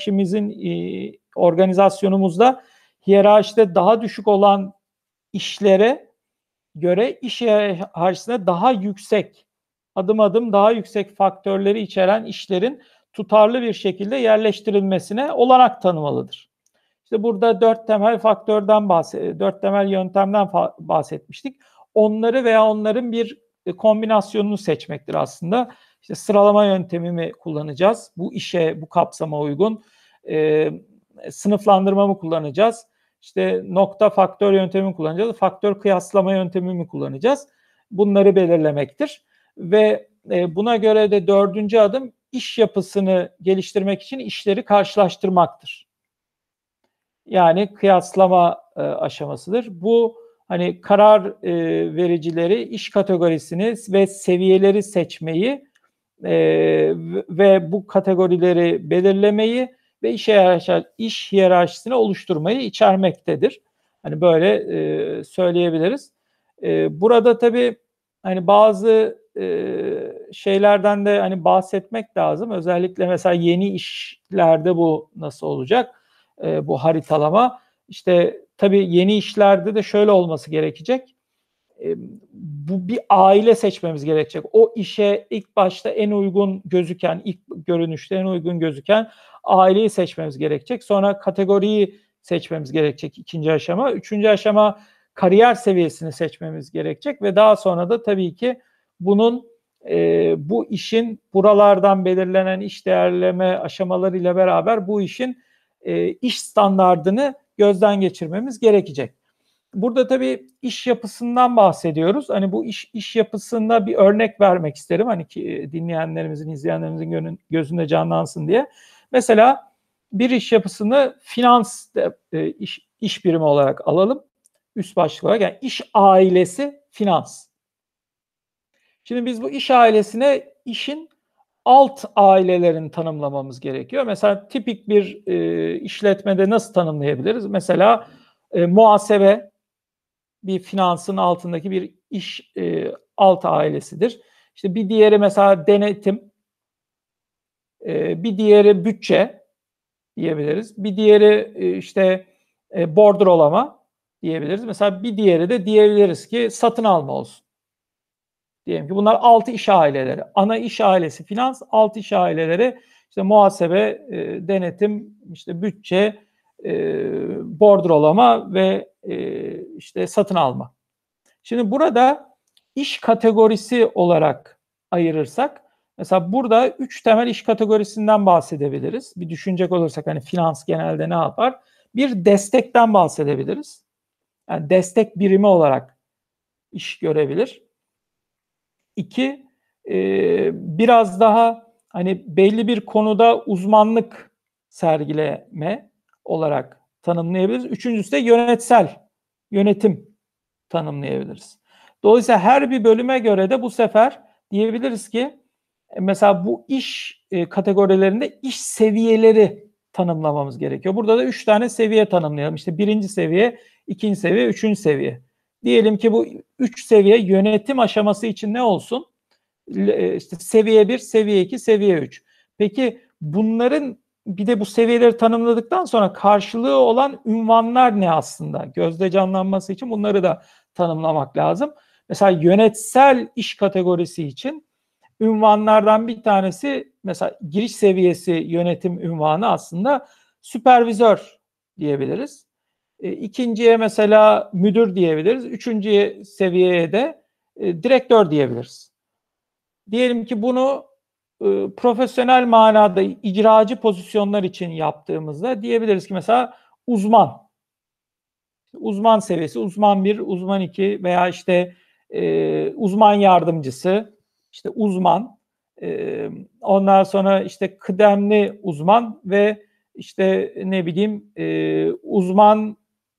S2: organizasyonumuzda hiyerarşide daha düşük olan işlere göre iş hiyerarşisinde daha yüksek, adım adım daha yüksek faktörleri içeren işlerin tutarlı bir şekilde yerleştirilmesine olanak tanımalıdır. İşte burada 4 temel faktörden 4 temel yöntemden bahsetmiştik. Onları veya onların bir kombinasyonunu seçmektir aslında. İşte sıralama yöntemi mi kullanacağız? Bu işe, bu kapsama uygun. Sınıflandırma mı kullanacağız? İşte nokta faktör yöntemi mi kullanacağız? Faktör kıyaslama yöntemi mi kullanacağız? Bunları belirlemektir. Ve buna göre de 4. adım iş yapısını geliştirmek için işleri karşılaştırmaktır. Yani kıyaslama aşamasıdır. Bu hani karar vericileri iş kategorisini ve seviyeleri seçmeyi ve bu kategorileri belirlemeyi ve iş hiyerarşisini oluşturmayı içermektedir. Hani böyle söyleyebiliriz. Burada tabii hani bazı şeylerden de hani bahsetmek lazım. Özellikle mesela yeni işlerde bu nasıl olacak? Bu haritalama. İşte tabii yeni işlerde de şöyle olması gerekecek. Bu bir aile seçmemiz gerekecek. O işe ilk başta en uygun gözüken, ilk görünüşte en uygun gözüken aileyi seçmemiz gerekecek. Sonra kategoriyi seçmemiz gerekecek 2. aşama. 3. aşama kariyer seviyesini seçmemiz gerekecek ve daha sonra da tabii ki bunun bu işin buralardan belirlenen iş değerleme aşamalarıyla beraber bu işin iş standardını gözden geçirmemiz gerekecek. Burada tabii iş yapısından bahsediyoruz. Hani bu iş yapısında bir örnek vermek isterim. Hani ki dinleyenlerimizin, izleyenlerimizin gözünde canlansın diye. Mesela bir iş yapısını finans iş birimi olarak alalım. Üst başlık olarak yani iş ailesi finans. Şimdi biz bu iş ailesine işin alt ailelerini tanımlamamız gerekiyor. Mesela tipik bir işletmede nasıl tanımlayabiliriz? Mesela muhasebe bir finansın altındaki bir iş alt ailesidir. İşte bir diğeri mesela denetim, bir diğeri bütçe diyebiliriz. Bir diğeri işte bordrolama diyebiliriz. Mesela bir diğeri de diyebiliriz ki satın alma olsun. Diyelim ki bunlar alt iş aileleri. Ana iş ailesi finans, alt iş aileleri işte muhasebe, denetim, işte bütçe, bordrolama ve işte satın alma. Şimdi burada iş kategorisi olarak ayırırsak mesela burada 3 temel iş kategorisinden bahsedebiliriz. Bir düşünecek olursak hani finans genelde ne yapar? Bir destekten bahsedebiliriz. Yani destek birimi olarak iş görebilir. 2 biraz daha hani belli bir konuda uzmanlık sergileme olarak tanımlayabiliriz. Üçüncüsü de yönetsel, yönetim tanımlayabiliriz. Dolayısıyla her bir bölüme göre de bu sefer diyebiliriz ki mesela bu iş kategorilerinde iş seviyeleri tanımlamamız gerekiyor. Burada da 3 tane seviye tanımlayalım. İşte 1. seviye, 2. seviye, 3. seviye. Diyelim ki bu 3 seviye yönetim aşaması için ne olsun? İşte seviye 1, seviye 2, seviye 3. Peki bunların bir de bu seviyeleri tanımladıktan sonra karşılığı olan ünvanlar ne aslında? Gözde canlanması için bunları da tanımlamak lazım. Mesela yönetsel iş kategorisi için ünvanlardan bir tanesi mesela giriş seviyesi yönetim ünvanı aslında süpervizör diyebiliriz. İkinciye mesela müdür diyebiliriz. 3. seviyeye de direktör diyebiliriz. Diyelim ki bunu profesyonel manada icracı pozisyonlar için yaptığımızda diyebiliriz ki mesela uzman. Uzman seviyesi, uzman 1, uzman 2 veya işte uzman yardımcısı, işte uzman, ondan sonra işte kıdemli uzman ve işte ne bileyim uzman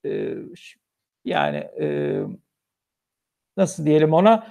S2: yani nasıl diyelim ona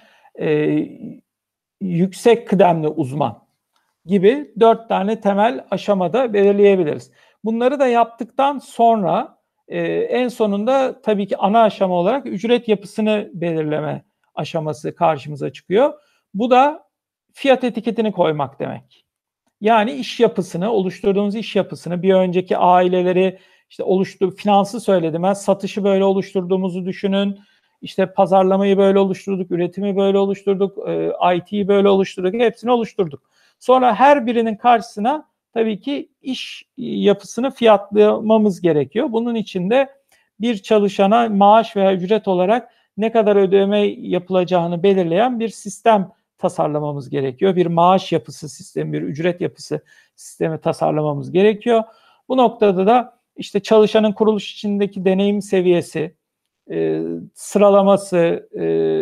S2: yüksek kıdemli uzman gibi 4 tane temel aşamada belirleyebiliriz. Bunları da yaptıktan sonra en sonunda tabii ki ana aşama olarak ücret yapısını belirleme aşaması karşımıza çıkıyor. Bu da fiyat etiketini koymak demek. Yani iş yapısını, oluşturduğumuz iş yapısını bir önceki aileleri işte finansı söyledim ben, satışı böyle oluşturduğumuzu düşünün. İşte pazarlamayı böyle oluşturduk, üretimi böyle oluşturduk, IT'yi böyle oluşturduk, hepsini oluşturduk. Sonra her birinin karşısına tabii ki iş yapısını fiyatlamamız gerekiyor. Bunun için de bir çalışana maaş veya ücret olarak ne kadar ödeme yapılacağını belirleyen bir sistem tasarlamamız gerekiyor. Bir maaş yapısı sistemi, bir ücret yapısı sistemi tasarlamamız gerekiyor. Bu noktada da işte çalışanın kuruluş içindeki deneyim seviyesi, sıralaması,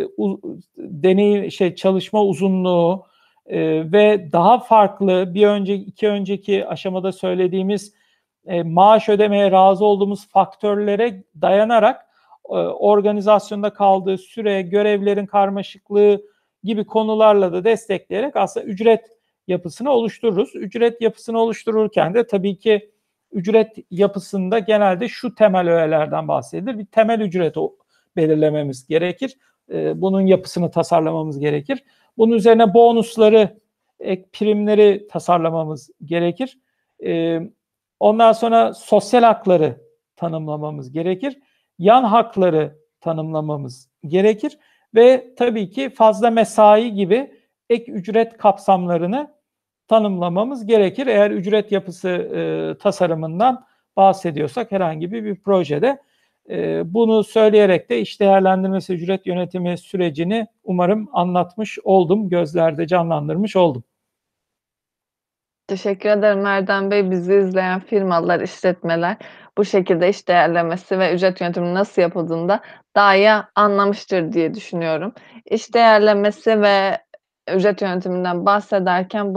S2: çalışma uzunluğu ve daha farklı iki önceki aşamada söylediğimiz maaş ödemeye razı olduğumuz faktörlere dayanarak organizasyonda kaldığı süre, görevlerin karmaşıklığı gibi konularla da destekleyerek aslında ücret yapısını oluştururuz. Ücret yapısını oluştururken de tabii ki ücret yapısında genelde şu temel öğelerden bahsedilir. Bir temel ücret belirlememiz gerekir. Bunun yapısını tasarlamamız gerekir. Bunun üzerine bonusları, ek primleri tasarlamamız gerekir. Ondan sonra sosyal hakları tanımlamamız gerekir. Yan hakları tanımlamamız gerekir. Ve tabii ki fazla mesai gibi ek ücret kapsamlarını tanımlamamız gerekir. Eğer ücret yapısı tasarımından bahsediyorsak herhangi bir projede bunu söyleyerek de iş değerlendirmesi, ücret yönetimi sürecini umarım anlatmış oldum, gözlerde canlandırmış oldum.
S1: Teşekkür ederim Erdem Bey. Bizi izleyen firmalar, işletmeler bu şekilde iş değerlemesi ve ücret yönetimi nasıl yapıldığını da daha iyi anlamıştır diye düşünüyorum. İş değerlemesi ve ücret yönetiminden bahsederken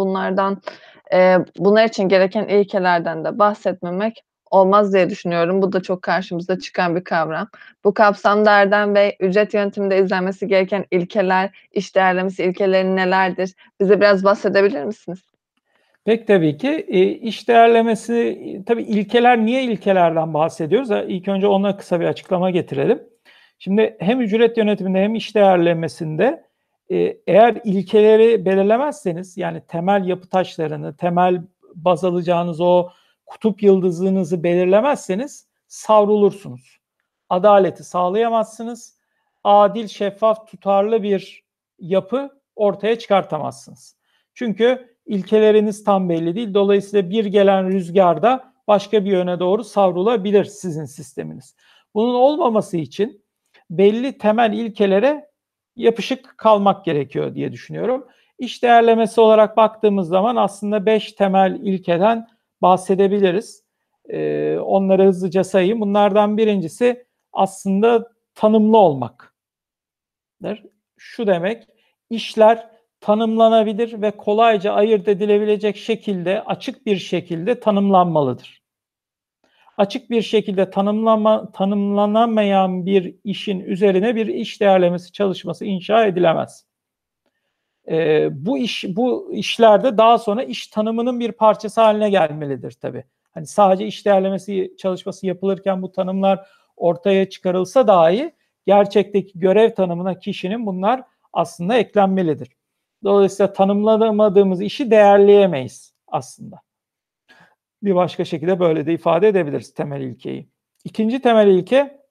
S1: bunlar için gereken ilkelerden de bahsetmemek olmaz diye düşünüyorum. Bu da çok karşımıza çıkan bir kavram. Bu kapsamda Erdem Bey, ücret yönetiminde izlenmesi gereken ilkeler, iş değerlemesi ilkeleri nelerdir? Bize biraz bahsedebilir misiniz?
S2: Pek tabii ki. İş değerlemesi, tabii ilkeler, niye ilkelerden bahsediyoruz? İlk önce ona kısa bir açıklama getirelim. Şimdi hem ücret yönetiminde hem iş değerlemesinde eğer ilkeleri belirlemezseniz, yani temel yapı taşlarını, temel baz alacağınız o kutup yıldızınızı belirlemezseniz savrulursunuz. Adaleti sağlayamazsınız. Adil, şeffaf, tutarlı bir yapı ortaya çıkartamazsınız. Çünkü ilkeleriniz tam belli değil. Dolayısıyla bir gelen rüzgarda başka bir yöne doğru savrulabilir sizin sisteminiz. Bunun olmaması için belli temel ilkelere yapışık kalmak gerekiyor diye düşünüyorum. İş değerlemesi olarak baktığımız zaman aslında 5 temel ilkeden bahsedebiliriz. Onları hızlıca sayayım. Bunlardan birincisi aslında tanımlı olmaktır. Şu demek, işler tanımlanabilir ve kolayca ayırt edilebilecek şekilde, açık bir şekilde tanımlanmalıdır. Açık bir şekilde tanımlanamayan bir işin üzerine bir iş değerlemesi çalışması inşa edilemez. Bu işlerde daha sonra iş tanımının bir parçası haline gelmelidir tabii. Hani sadece iş değerlemesi çalışması yapılırken bu tanımlar ortaya çıkarılsa dahi gerçekteki görev tanımına kişinin bunlar aslında eklenmelidir. Dolayısıyla tanımlamadığımız işi değerleyemeyiz aslında. Bir başka şekilde böyle de ifade edebiliriz temel ilkeyi. İkinci temel ilke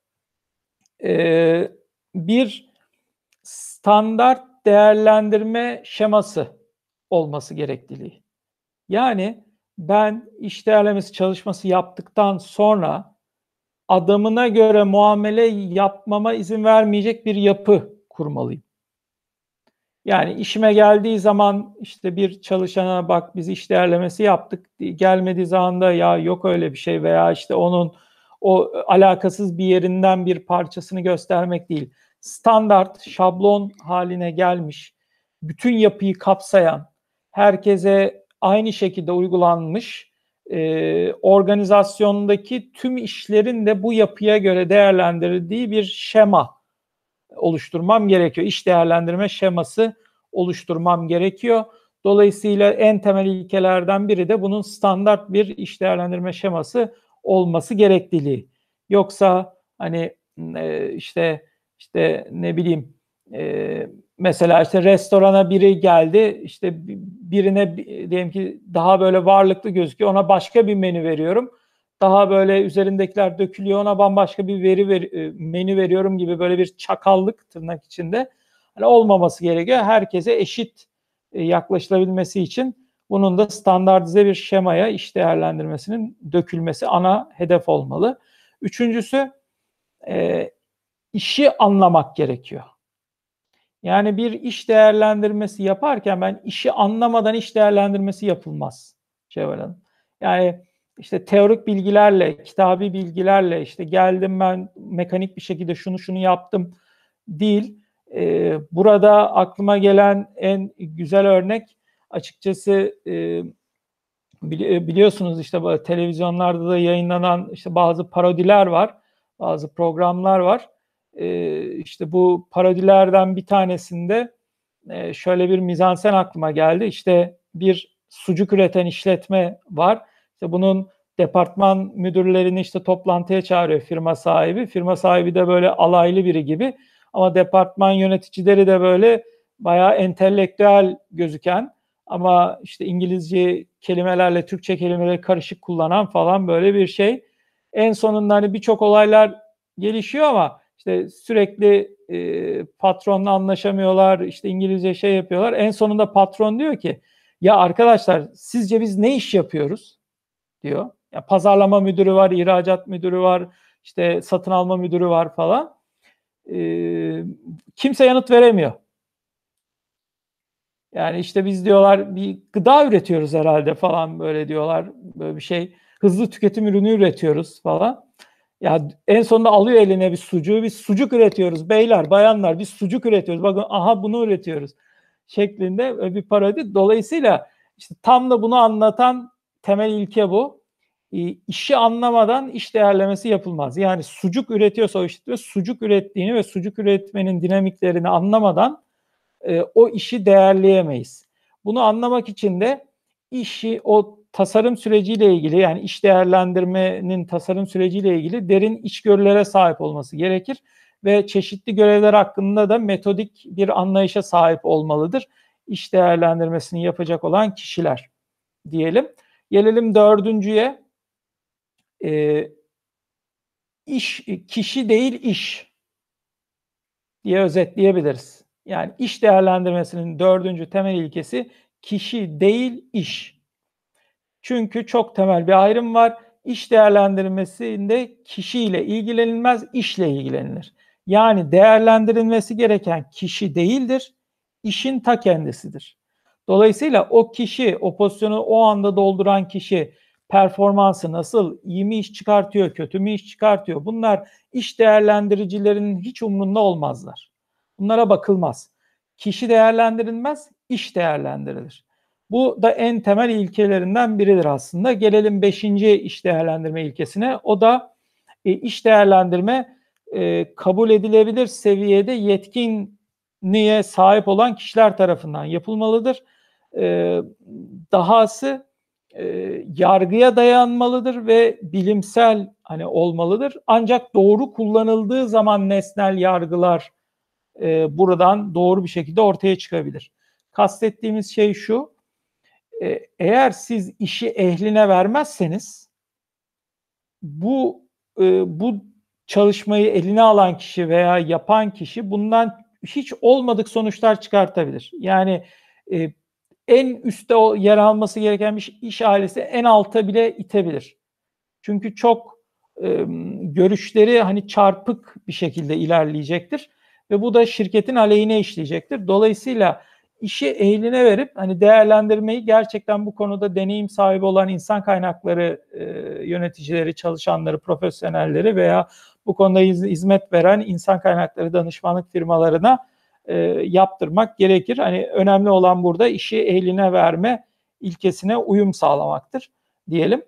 S2: bir standart değerlendirme şeması olması gerekliliği. Yani ben iş değerlemesi çalışması yaptıktan sonra adamına göre muamele yapmama izin vermeyecek bir yapı kurmalıyım. Yani işime geldiği zaman işte bir çalışana bak biz iş değerlemesi yaptık, gelmediği zaman da ya yok öyle bir şey veya işte onun o alakasız bir yerinden bir parçasını göstermek değil. Standart, şablon haline gelmiş, bütün yapıyı kapsayan, herkese aynı şekilde uygulanmış, organizasyondaki tüm işlerin de bu yapıya göre değerlendirildiği bir şema oluşturmam gerekiyor. İş değerlendirme şeması oluşturmam gerekiyor. Dolayısıyla en temel ilkelerden biri de bunun standart bir iş değerlendirme şeması olması gerekliliği. Yoksa hani işte ne bileyim mesela işte restorana biri geldi, işte birine diyelim ki daha böyle varlıklı gözüküyor, ona başka bir menü veriyorum. Daha böyle üzerindekiler dökülüyor, ona bambaşka bir menü veriyorum gibi böyle bir çakallık tırnak içinde hani olmaması gerekiyor. Herkese eşit yaklaşılabilmesi için Bunun da standartize bir şemaya iş değerlendirmesinin dökülmesi ana hedef olmalı. Üçüncüsü, işi anlamak gerekiyor. Yani bir iş değerlendirmesi yaparken ben işi anlamadan iş değerlendirmesi yapılmaz Şevval Hanım. Yani işte teorik bilgilerle, kitabi bilgilerle işte geldim ben mekanik bir şekilde şunu yaptım değil. Burada aklıma gelen en güzel örnek açıkçası biliyorsunuz işte televizyonlarda da yayınlanan işte bazı parodiler var, bazı programlar var. İşte bu parodilerden bir tanesinde şöyle bir mizansen aklıma geldi. İşte bir sucuk üreten işletme var. İşte bunun departman müdürlerini işte toplantıya çağırıyor firma sahibi. Firma sahibi de böyle alaylı biri gibi. Ama departman yöneticileri de böyle bayağı entelektüel gözüken ama işte İngilizce kelimelerle Türkçe kelimeleri karışık kullanan falan böyle bir şey. En sonunda hani birçok olaylar gelişiyor ama işte sürekli patronla anlaşamıyorlar, işte İngilizce şey yapıyorlar. En sonunda patron diyor ki ya arkadaşlar sizce biz ne iş yapıyoruz diyor. Ya pazarlama müdürü var, ihracat müdürü var, işte satın alma müdürü var falan. Kimse yanıt veremiyor. Yani işte biz diyorlar bir gıda üretiyoruz herhalde falan böyle diyorlar. Böyle bir şey hızlı tüketim ürünü üretiyoruz falan. Ya en sonunda alıyor eline bir sucuğu. Biz sucuk üretiyoruz beyler, bayanlar. Biz sucuk üretiyoruz. Bakın aha bunu üretiyoruz şeklinde bir parodi. Dolayısıyla işte tam da bunu anlatan temel ilke bu. İşi anlamadan iş değerlemesi yapılmaz. Yani sucuk üretiyorsa o işte sucuk ürettiğini ve sucuk üretmenin dinamiklerini anlamadan o işi değerleyemeyiz. Bunu anlamak için de işi o tasarım süreciyle ilgili yani iş değerlendirmenin tasarım süreciyle ilgili derin içgörülere sahip olması gerekir ve çeşitli görevler hakkında da metodik bir anlayışa sahip olmalıdır. İş değerlendirmesini yapacak olan kişiler diyelim. Gelelim dördüncüye. İş kişi değil iş diye özetleyebiliriz. Yani iş değerlendirmesinin dördüncü temel ilkesi kişi değil iş. Çünkü çok temel bir ayrım var. İş değerlendirmesinde kişiyle ilgilenilmez, işle ilgilenilir. Yani değerlendirilmesi gereken kişi değildir, işin ta kendisidir. Dolayısıyla o kişi, o pozisyonu o anda dolduran kişi performansı nasıl, iyi mi iş çıkartıyor, kötü mü iş çıkartıyor? Bunlar iş değerlendiricilerinin hiç umrunda olmazlar. Bunlara bakılmaz. Kişi değerlendirilmez, iş değerlendirilir. Bu da en temel ilkelerinden biridir aslında. Gelelim 5. iş değerlendirme ilkesine. O da iş değerlendirme kabul edilebilir seviyede yetkinliğe sahip olan kişiler tarafından yapılmalıdır. Dahası yargıya dayanmalıdır ve bilimsel hani olmalıdır. Ancak doğru kullanıldığı zaman nesnel yargılar buradan doğru bir şekilde ortaya çıkabilir. Kastettiğimiz şey şu: eğer siz işi ehline vermezseniz bu çalışmayı eline alan kişi veya yapan kişi bundan hiç olmadık sonuçlar çıkartabilir. Yani en üstte yer alması gereken bir iş ailesi en alta bile itebilir. Çünkü çok görüşleri hani çarpık bir şekilde ilerleyecektir ve bu da şirketin aleyhine işleyecektir. Dolayısıyla işi ehline verip hani değerlendirmeyi gerçekten bu konuda deneyim sahibi olan insan kaynakları yöneticileri, çalışanları, profesyonelleri veya bu konuda hizmet veren insan kaynakları danışmanlık firmalarına yaptırmak gerekir. Hani önemli olan burada işi ehline verme ilkesine uyum sağlamaktır diyelim.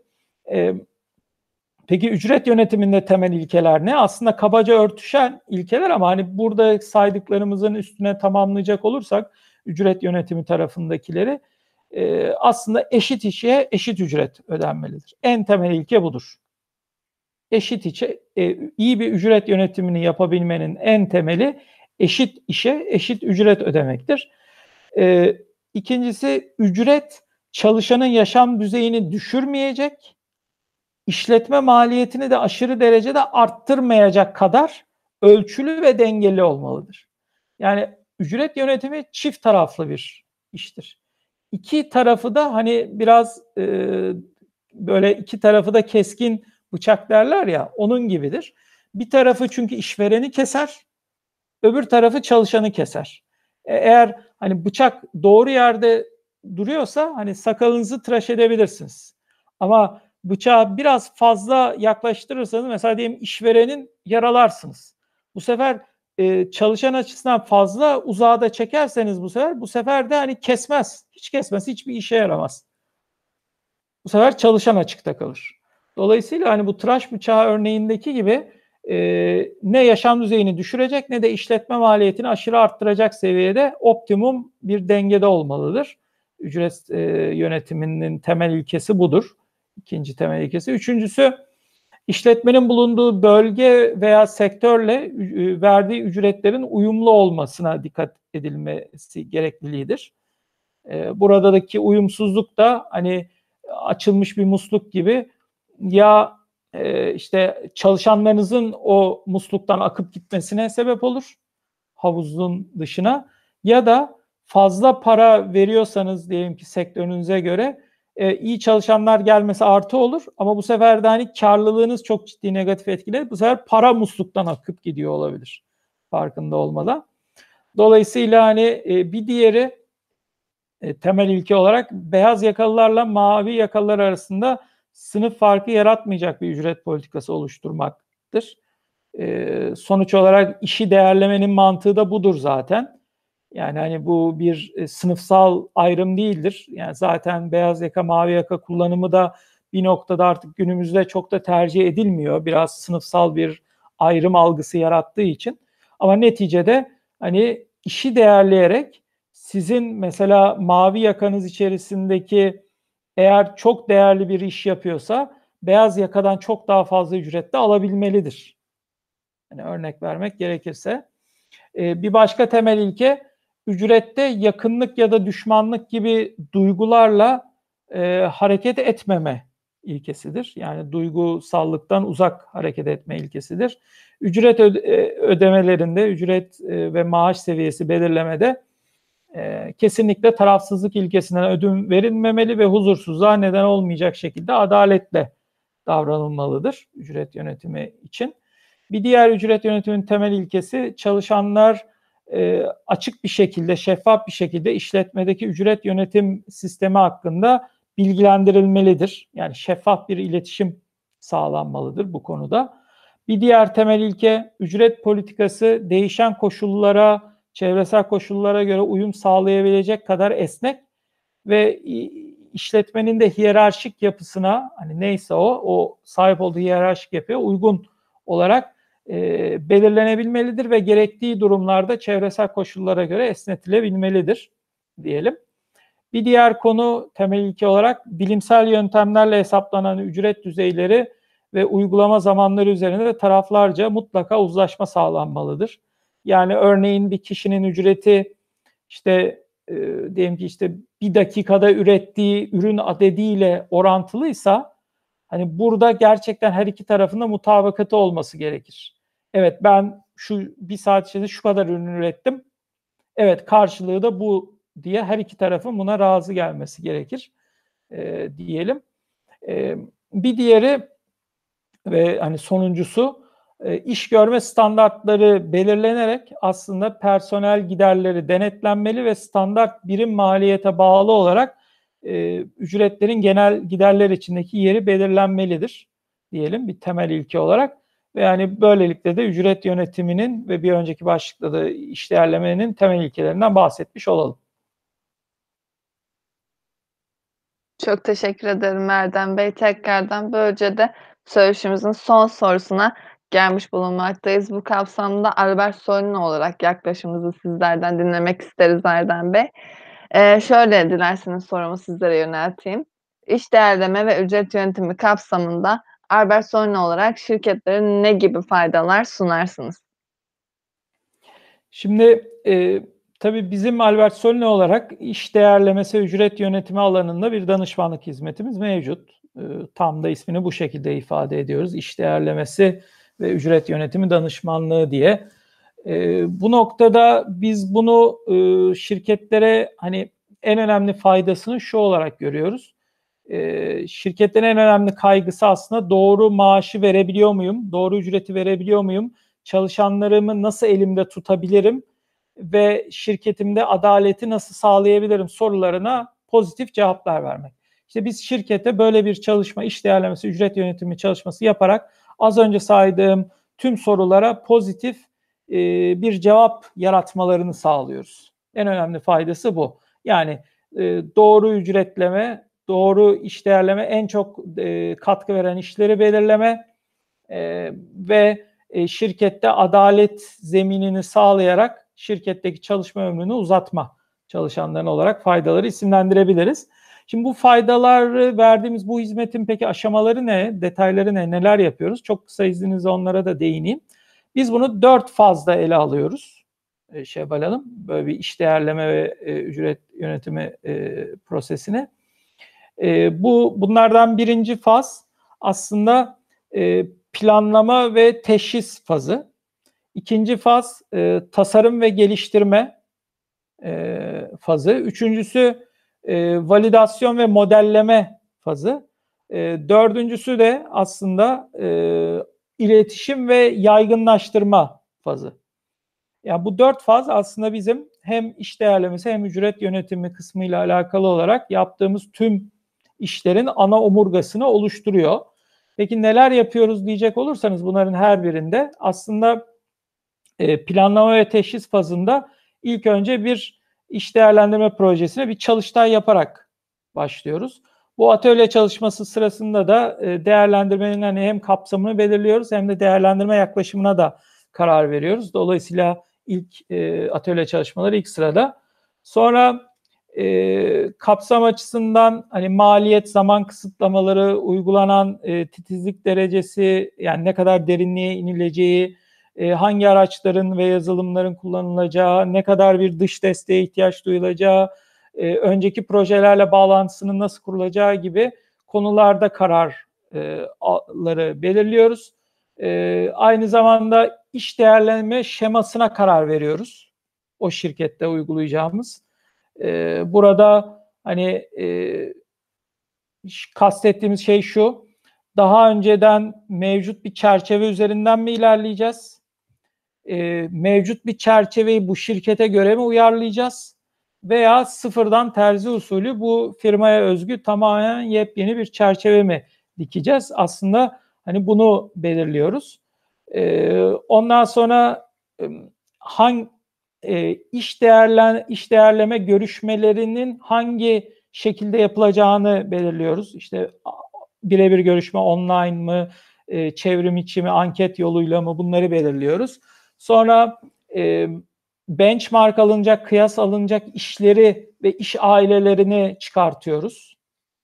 S2: Peki ücret yönetiminde temel ilkeler ne? Aslında kabaca örtüşen ilkeler ama hani burada saydıklarımızın üstüne tamamlayacak olursak ücret yönetimi tarafındakileri aslında eşit işe eşit ücret ödenmelidir. En temel ilke budur. Eşit işe iyi bir ücret yönetimini yapabilmenin en temeli eşit işe eşit ücret ödemektir. İkincisi ücret çalışanın yaşam düzeyini düşürmeyecek, işletme maliyetini de aşırı derecede arttırmayacak kadar ölçülü ve dengeli olmalıdır. Yani ücret yönetimi çift taraflı bir iştir. İki tarafı da hani biraz böyle iki tarafı da keskin bıçak derler ya, onun gibidir. Bir tarafı çünkü işvereni keser, öbür tarafı çalışanı keser. Eğer hani bıçak doğru yerde duruyorsa hani sakalınızı tıraş edebilirsiniz. Ama bıçağı biraz fazla yaklaştırırsanız mesela diyelim işverenin yaralarsınız. Bu sefer çalışan açısından fazla uzağa da çekerseniz bu sefer de hani kesmez. Hiç kesmez, hiçbir işe yaramaz. Bu sefer çalışan açıkta kalır. Dolayısıyla hani bu tıraş bıçağı örneğindeki gibi ne yaşam düzeyini düşürecek ne de işletme maliyetini aşırı arttıracak seviyede optimum bir dengede olmalıdır. Ücret yönetiminin temel ilkesi budur. İkinci temel ilkesi. Üçüncüsü, işletmenin bulunduğu bölge veya sektörle verdiği ücretlerin uyumlu olmasına dikkat edilmesi gerekliliğidir. Buradaki uyumsuzluk da hani açılmış bir musluk gibi, ya işte çalışanlarınızın o musluktan akıp gitmesine sebep olur havuzun dışına, ya da fazla para veriyorsanız diyelim ki sektörünüze göre iyi çalışanlar gelmesi artı olur ama bu sefer de hani karlılığınız çok ciddi negatif etkiler. Bu sefer para musluktan akıp gidiyor olabilir farkında olmadan. Dolayısıyla hani bir diğeri temel ilke olarak beyaz yakalılarla mavi yakalılar arasında sınıf farkı yaratmayacak bir ücret politikası oluşturmaktır. Sonuç olarak işi değerlemenin mantığı da budur zaten. Yani hani bu bir sınıfsal ayrım değildir. Yani zaten beyaz yaka, mavi yaka kullanımı da bir noktada artık günümüzde çok da tercih edilmiyor. Biraz sınıfsal bir ayrım algısı yarattığı için. Ama neticede hani işi değerleyerek sizin mesela mavi yakanız içerisindeki eğer çok değerli bir iş yapıyorsa beyaz yakadan çok daha fazla ücret de alabilmelidir. Yani örnek vermek gerekirse. Bir başka temel ilke, ücrette yakınlık ya da düşmanlık gibi duygularla hareket etmeme ilkesidir. Yani duygusallıktan uzak hareket etme ilkesidir. Ücret ödemelerinde, ücret ve maaş seviyesi belirlemede kesinlikle tarafsızlık ilkesinden ödün verilmemeli ve huzursuzluğa neden olmayacak şekilde adaletle davranılmalıdır ücret yönetimi için. Bir diğer ücret yönetiminin temel ilkesi, çalışanlar açık bir şekilde, şeffaf bir şekilde işletmedeki ücret yönetim sistemi hakkında bilgilendirilmelidir. Yani şeffaf bir iletişim sağlanmalıdır bu konuda. Bir diğer temel ilke, ücret politikası değişen koşullara, çevresel koşullara göre uyum sağlayabilecek kadar esnek ve işletmenin de hiyerarşik yapısına, hani neyse o sahip olduğu hiyerarşik yapıya uygun olarak belirlenebilmelidir ve gerektiği durumlarda çevresel koşullara göre esnetilebilmelidir diyelim. Bir diğer konu temel ilke olarak bilimsel yöntemlerle hesaplanan ücret düzeyleri ve uygulama zamanları üzerinde de taraflarca mutlaka uzlaşma sağlanmalıdır. Yani örneğin bir kişinin ücreti işte diyelim ki işte bir dakikada ürettiği ürün adediyle orantılıysa hani burada gerçekten her iki tarafında mutabakatı olması gerekir. Evet, ben şu bir saat içinde şu kadar ürün ürettim. Evet, karşılığı da bu diye her iki tarafın buna razı gelmesi gerekir diyelim. Bir diğeri ve hani sonuncusu, iş görme standartları belirlenerek aslında personel giderleri denetlenmeli ve standart birim maliyete bağlı olarak ücretlerin genel giderler içindeki yeri belirlenmelidir diyelim bir temel ilke olarak. Ve yani böylelikle de ücret yönetiminin ve bir önceki başlıkta da iş değerlemenin temel ilkelerinden bahsetmiş olalım.
S1: Çok teşekkür ederim Erdem Bey. Tekrardan böylece de söyleşimizin son sorusuna gelmiş bulunmaktayız. Bu kapsamda Albert Soylu olarak yaklaşımınızı sizlerden dinlemek isteriz Erdem Bey. Şöyle dilerseniz sorumu sizlere yönelteyim. İş değerleme ve ücret yönetimi kapsamında Albert Soylu olarak şirketlere ne gibi faydalar sunarsınız?
S2: Şimdi tabii bizim Albert Solne olarak iş değerlemesi ve ücret yönetimi alanında bir danışmanlık hizmetimiz mevcut. Tam da ismini bu şekilde ifade ediyoruz. İş değerlemesi ve ücret yönetimi danışmanlığı diye. Bu noktada biz bunu şirketlere hani en önemli faydasını şu olarak görüyoruz. Şirketlerin en önemli kaygısı aslında doğru maaşı verebiliyor muyum? Doğru ücreti verebiliyor muyum? Çalışanlarımı nasıl elimde tutabilirim? Ve şirketimde adaleti nasıl sağlayabilirim sorularına pozitif cevaplar vermek. İşte biz şirkete böyle bir çalışma, iş değerlemesi, ücret yönetimi çalışması yaparak az önce saydığım tüm sorulara pozitif bir cevap yaratmalarını sağlıyoruz. En önemli faydası bu. Yani doğru ücretleme, doğru iş değerleme, en çok katkı veren işleri belirleme ve şirkette adalet zeminini sağlayarak şirketteki çalışma ömrünü uzatma çalışanların olarak faydaları isimlendirebiliriz. Şimdi bu faydaları verdiğimiz bu hizmetin peki aşamaları ne, detayları ne, neler yapıyoruz? Çok kısa izninizle onlara da değineyim. Biz bunu 4 fazda ele alıyoruz Şevval Hanım. Böyle bir iş değerleme ve ücret yönetimi prosesine. Bunlardan birinci faz aslında planlama ve teşhis fazı. İkinci faz tasarım ve geliştirme fazı. Üçüncüsü validasyon ve modelleme fazı. Dördüncüsü de aslında iletişim ve yaygınlaştırma fazı. Yani bu 4 faz aslında bizim hem iş değerlemesi hem ücret yönetimi kısmıyla alakalı olarak yaptığımız tüm işlerin ana omurgasını oluşturuyor. Peki neler yapıyoruz diyecek olursanız bunların her birinde aslında planlama ve teşhis fazında ilk önce bir iş değerlendirme projesine bir çalıştay yaparak başlıyoruz. Bu atölye çalışması sırasında da değerlendirmenin hani hem kapsamını belirliyoruz hem de değerlendirme yaklaşımına da karar veriyoruz. Dolayısıyla ilk atölye çalışmaları ilk sırada. Sonra kapsam açısından hani maliyet, zaman kısıtlamaları, uygulanan titizlik derecesi, yani ne kadar derinliğe inileceği, hangi araçların ve yazılımların kullanılacağı, ne kadar bir dış desteğe ihtiyaç duyulacağı, önceki projelerle bağlantısının nasıl kurulacağı gibi konularda kararları belirliyoruz. Aynı zamanda iş değerlendirme şemasına karar veriyoruz. O şirkette uygulayacağımız. Burada hani kastettiğimiz şey şu: daha önceden mevcut bir çerçeve üzerinden mi ilerleyeceğiz? Mevcut bir çerçeveyi bu şirkete göre mi uyarlayacağız? Veya sıfırdan terzi usulü bu firmaya özgü tamamen yepyeni bir çerçeve mi dikeceğiz? Aslında hani bunu belirliyoruz. Ondan sonra hangi iş değerleme görüşmelerinin hangi şekilde yapılacağını belirliyoruz. İşte birebir görüşme online mı, çevrim içi mi, anket yoluyla mı, bunları belirliyoruz. Sonra benchmark alınacak, kıyas alınacak işleri ve iş ailelerini çıkartıyoruz.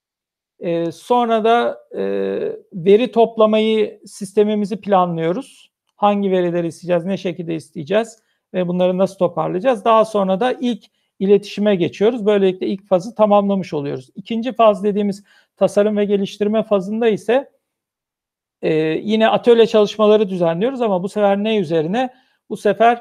S2: Sonra da veri toplamayı, sistemimizi planlıyoruz. Hangi verileri isteyeceğiz, ne şekilde isteyeceğiz ve bunları nasıl toparlayacağız. Daha sonra da ilk iletişime geçiyoruz. Böylelikle ilk fazı tamamlamış oluyoruz. İkinci faz dediğimiz tasarım ve geliştirme fazında ise yine atölye çalışmaları düzenliyoruz ama bu sefer ne üzerine? Bu sefer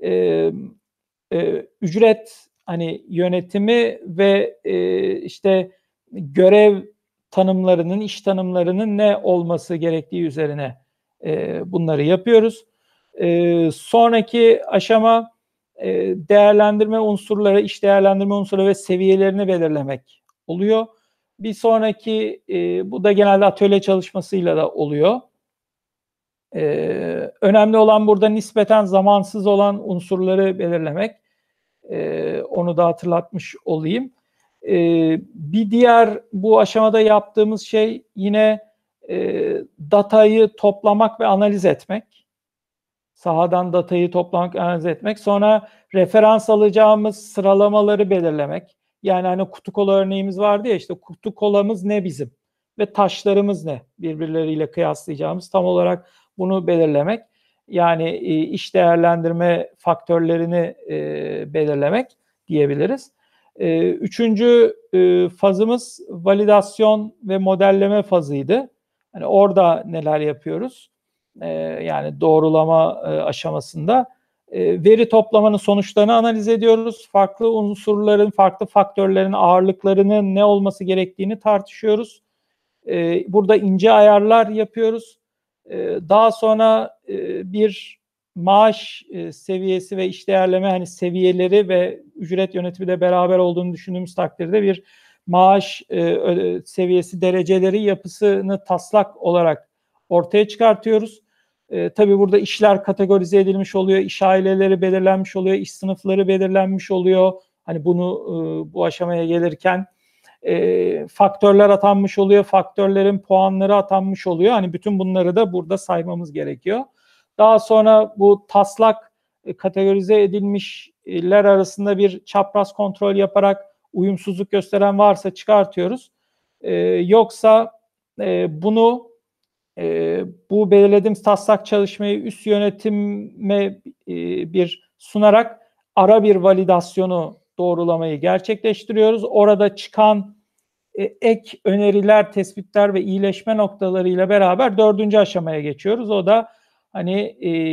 S2: ücret hani yönetimi ve işte görev tanımlarının, iş tanımlarının ne olması gerektiği üzerine bunları yapıyoruz. Sonraki aşama değerlendirme unsurları, iş değerlendirme unsurları ve seviyelerini belirlemek oluyor. Bir sonraki bu da genelde atölye çalışmasıyla da oluyor. Önemli olan burada nispeten zamansız olan unsurları belirlemek. Onu da hatırlatmış olayım. Bir diğer bu aşamada yaptığımız şey yine datayı toplamak ve analiz etmek. Sahadan datayı toplamak, analiz etmek. Sonra referans alacağımız sıralamaları belirlemek. Yani hani kutu kola örneğimiz vardı ya, işte kutu kolamız ne bizim ve taşlarımız ne birbirleriyle kıyaslayacağımız, tam olarak bunu belirlemek. Yani iş değerlendirme faktörlerini belirlemek diyebiliriz. Üçüncü fazımız validasyon ve modelleme fazıydı. Yani orada neler yapıyoruz? Yani doğrulama aşamasında Veri toplamanın sonuçlarını analiz ediyoruz. Farklı unsurların, farklı faktörlerin ağırlıklarının ne olması gerektiğini tartışıyoruz. Burada ince ayarlar yapıyoruz. Daha sonra bir maaş seviyesi ve iş değerleme hani seviyeleri ve ücret yönetimi de beraber olduğunu düşündüğümüz takdirde bir maaş seviyesi, dereceleri, yapısını taslak olarak ortaya çıkartıyoruz. Tabii burada işler kategorize edilmiş oluyor, iş aileleri belirlenmiş oluyor, iş sınıfları belirlenmiş oluyor. Hani bunu bu aşamaya gelirken faktörler atanmış oluyor, faktörlerin puanları atanmış oluyor. Hani bütün bunları da burada saymamız gerekiyor. Daha sonra bu taslak kategorize edilmişler arasında bir çapraz kontrol yaparak uyumsuzluk gösteren varsa çıkartıyoruz. Yoksa bunu bu belirlediğimiz taslak çalışmayı üst yönetime bir sunarak ara bir validasyonu doğrulamayı gerçekleştiriyoruz. Orada çıkan ek öneriler, tespitler ve iyileşme noktalarıyla beraber 4. aşamaya geçiyoruz. O da hani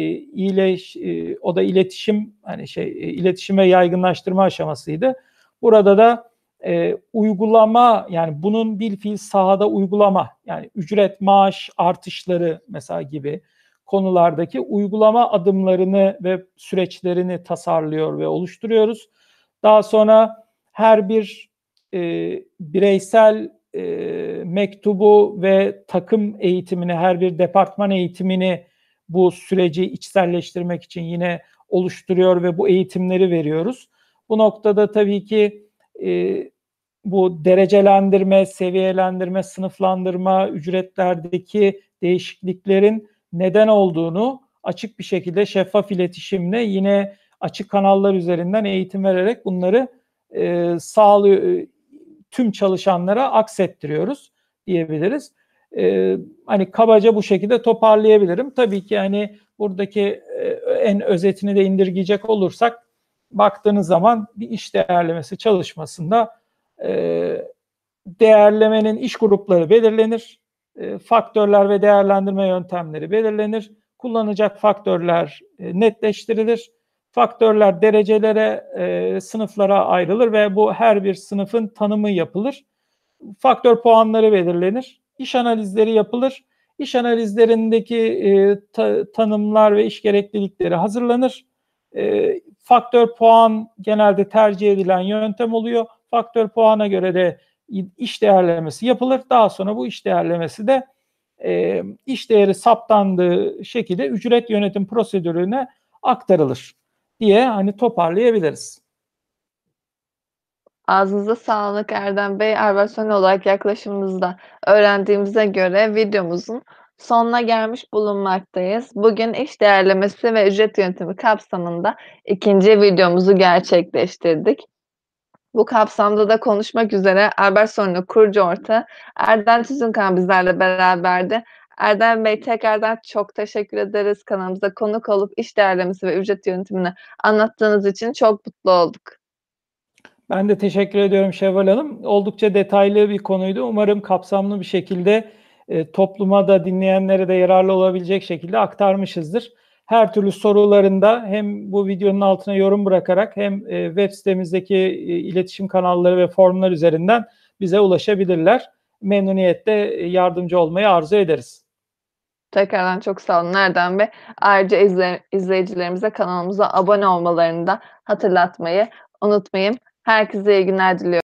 S2: o da iletişim hani iletişim ve yaygınlaştırma aşamasıydı. Burada da uygulama yani bunun bilfiil sahada uygulama yani ücret, maaş artışları mesela gibi konulardaki uygulama adımlarını ve süreçlerini tasarlıyor ve oluşturuyoruz. Daha sonra her bir bireysel mektubu ve takım eğitimini, her bir departman eğitimini bu süreci içselleştirmek için yine oluşturuyor ve bu eğitimleri veriyoruz. Bu noktada tabii ki bu derecelendirme, seviyelendirme, sınıflandırma, ücretlerdeki değişikliklerin neden olduğunu açık bir şekilde şeffaf iletişimle yine açık kanallar üzerinden eğitim vererek bunları sağlıyor, tüm çalışanlara aksettiriyoruz diyebiliriz. Hani kabaca bu şekilde toparlayabilirim. Tabii ki hani buradaki en özetini de indirgeyecek olursak baktığınız zaman bir iş değerlemesi çalışmasında değerlemenin iş grupları belirlenir. Faktörler ve değerlendirme yöntemleri belirlenir. Kullanacak faktörler netleştirilir. Faktörler derecelere, sınıflara ayrılır ve bu her bir sınıfın tanımı yapılır. Faktör puanları belirlenir. İş analizleri yapılır. İş analizlerindeki tanımlar ve iş gereklilikleri hazırlanır. Faktör puan genelde tercih edilen yöntem oluyor. Faktör puana göre de iş değerlemesi yapılır. Daha sonra bu iş değerlemesi de iş değeri saptandığı şekilde ücret yönetim prosedürüne aktarılır diye hani toparlayabiliriz.
S1: Ağzınıza sağlık Erdem Bey. Arvason olarak yaklaşımımızda öğrendiğimize göre videomuzun sonuna gelmiş bulunmaktayız. Bugün iş değerlemesi ve ücret yönetimi kapsamında 2. videomuzu gerçekleştirdik. Bu kapsamda da konuşmak üzere Arvason kurucu ortağı Erdem Tüzünkan bizlerle beraberdi. Erdem Bey tekrardan çok teşekkür ederiz. Kanalımıza konuk olup iş değerlemesi ve ücret yönetimini anlattığınız için çok mutlu olduk.
S2: Ben de teşekkür ediyorum Şevval Hanım. Oldukça detaylı bir konuydu. Umarım kapsamlı bir şekilde topluma da dinleyenlere de yararlı olabilecek şekilde aktarmışızdır. Her türlü sorularında hem bu videonun altına yorum bırakarak hem web sitemizdeki iletişim kanalları ve formlar üzerinden bize ulaşabilirler. Memnuniyetle yardımcı olmayı arzu ederiz.
S1: Tekrardan çok sağ olun Erdem Bey. Ayrıca izleyicilerimize kanalımıza abone olmalarını da hatırlatmayı unutmayın. Herkese iyi günler diliyorum.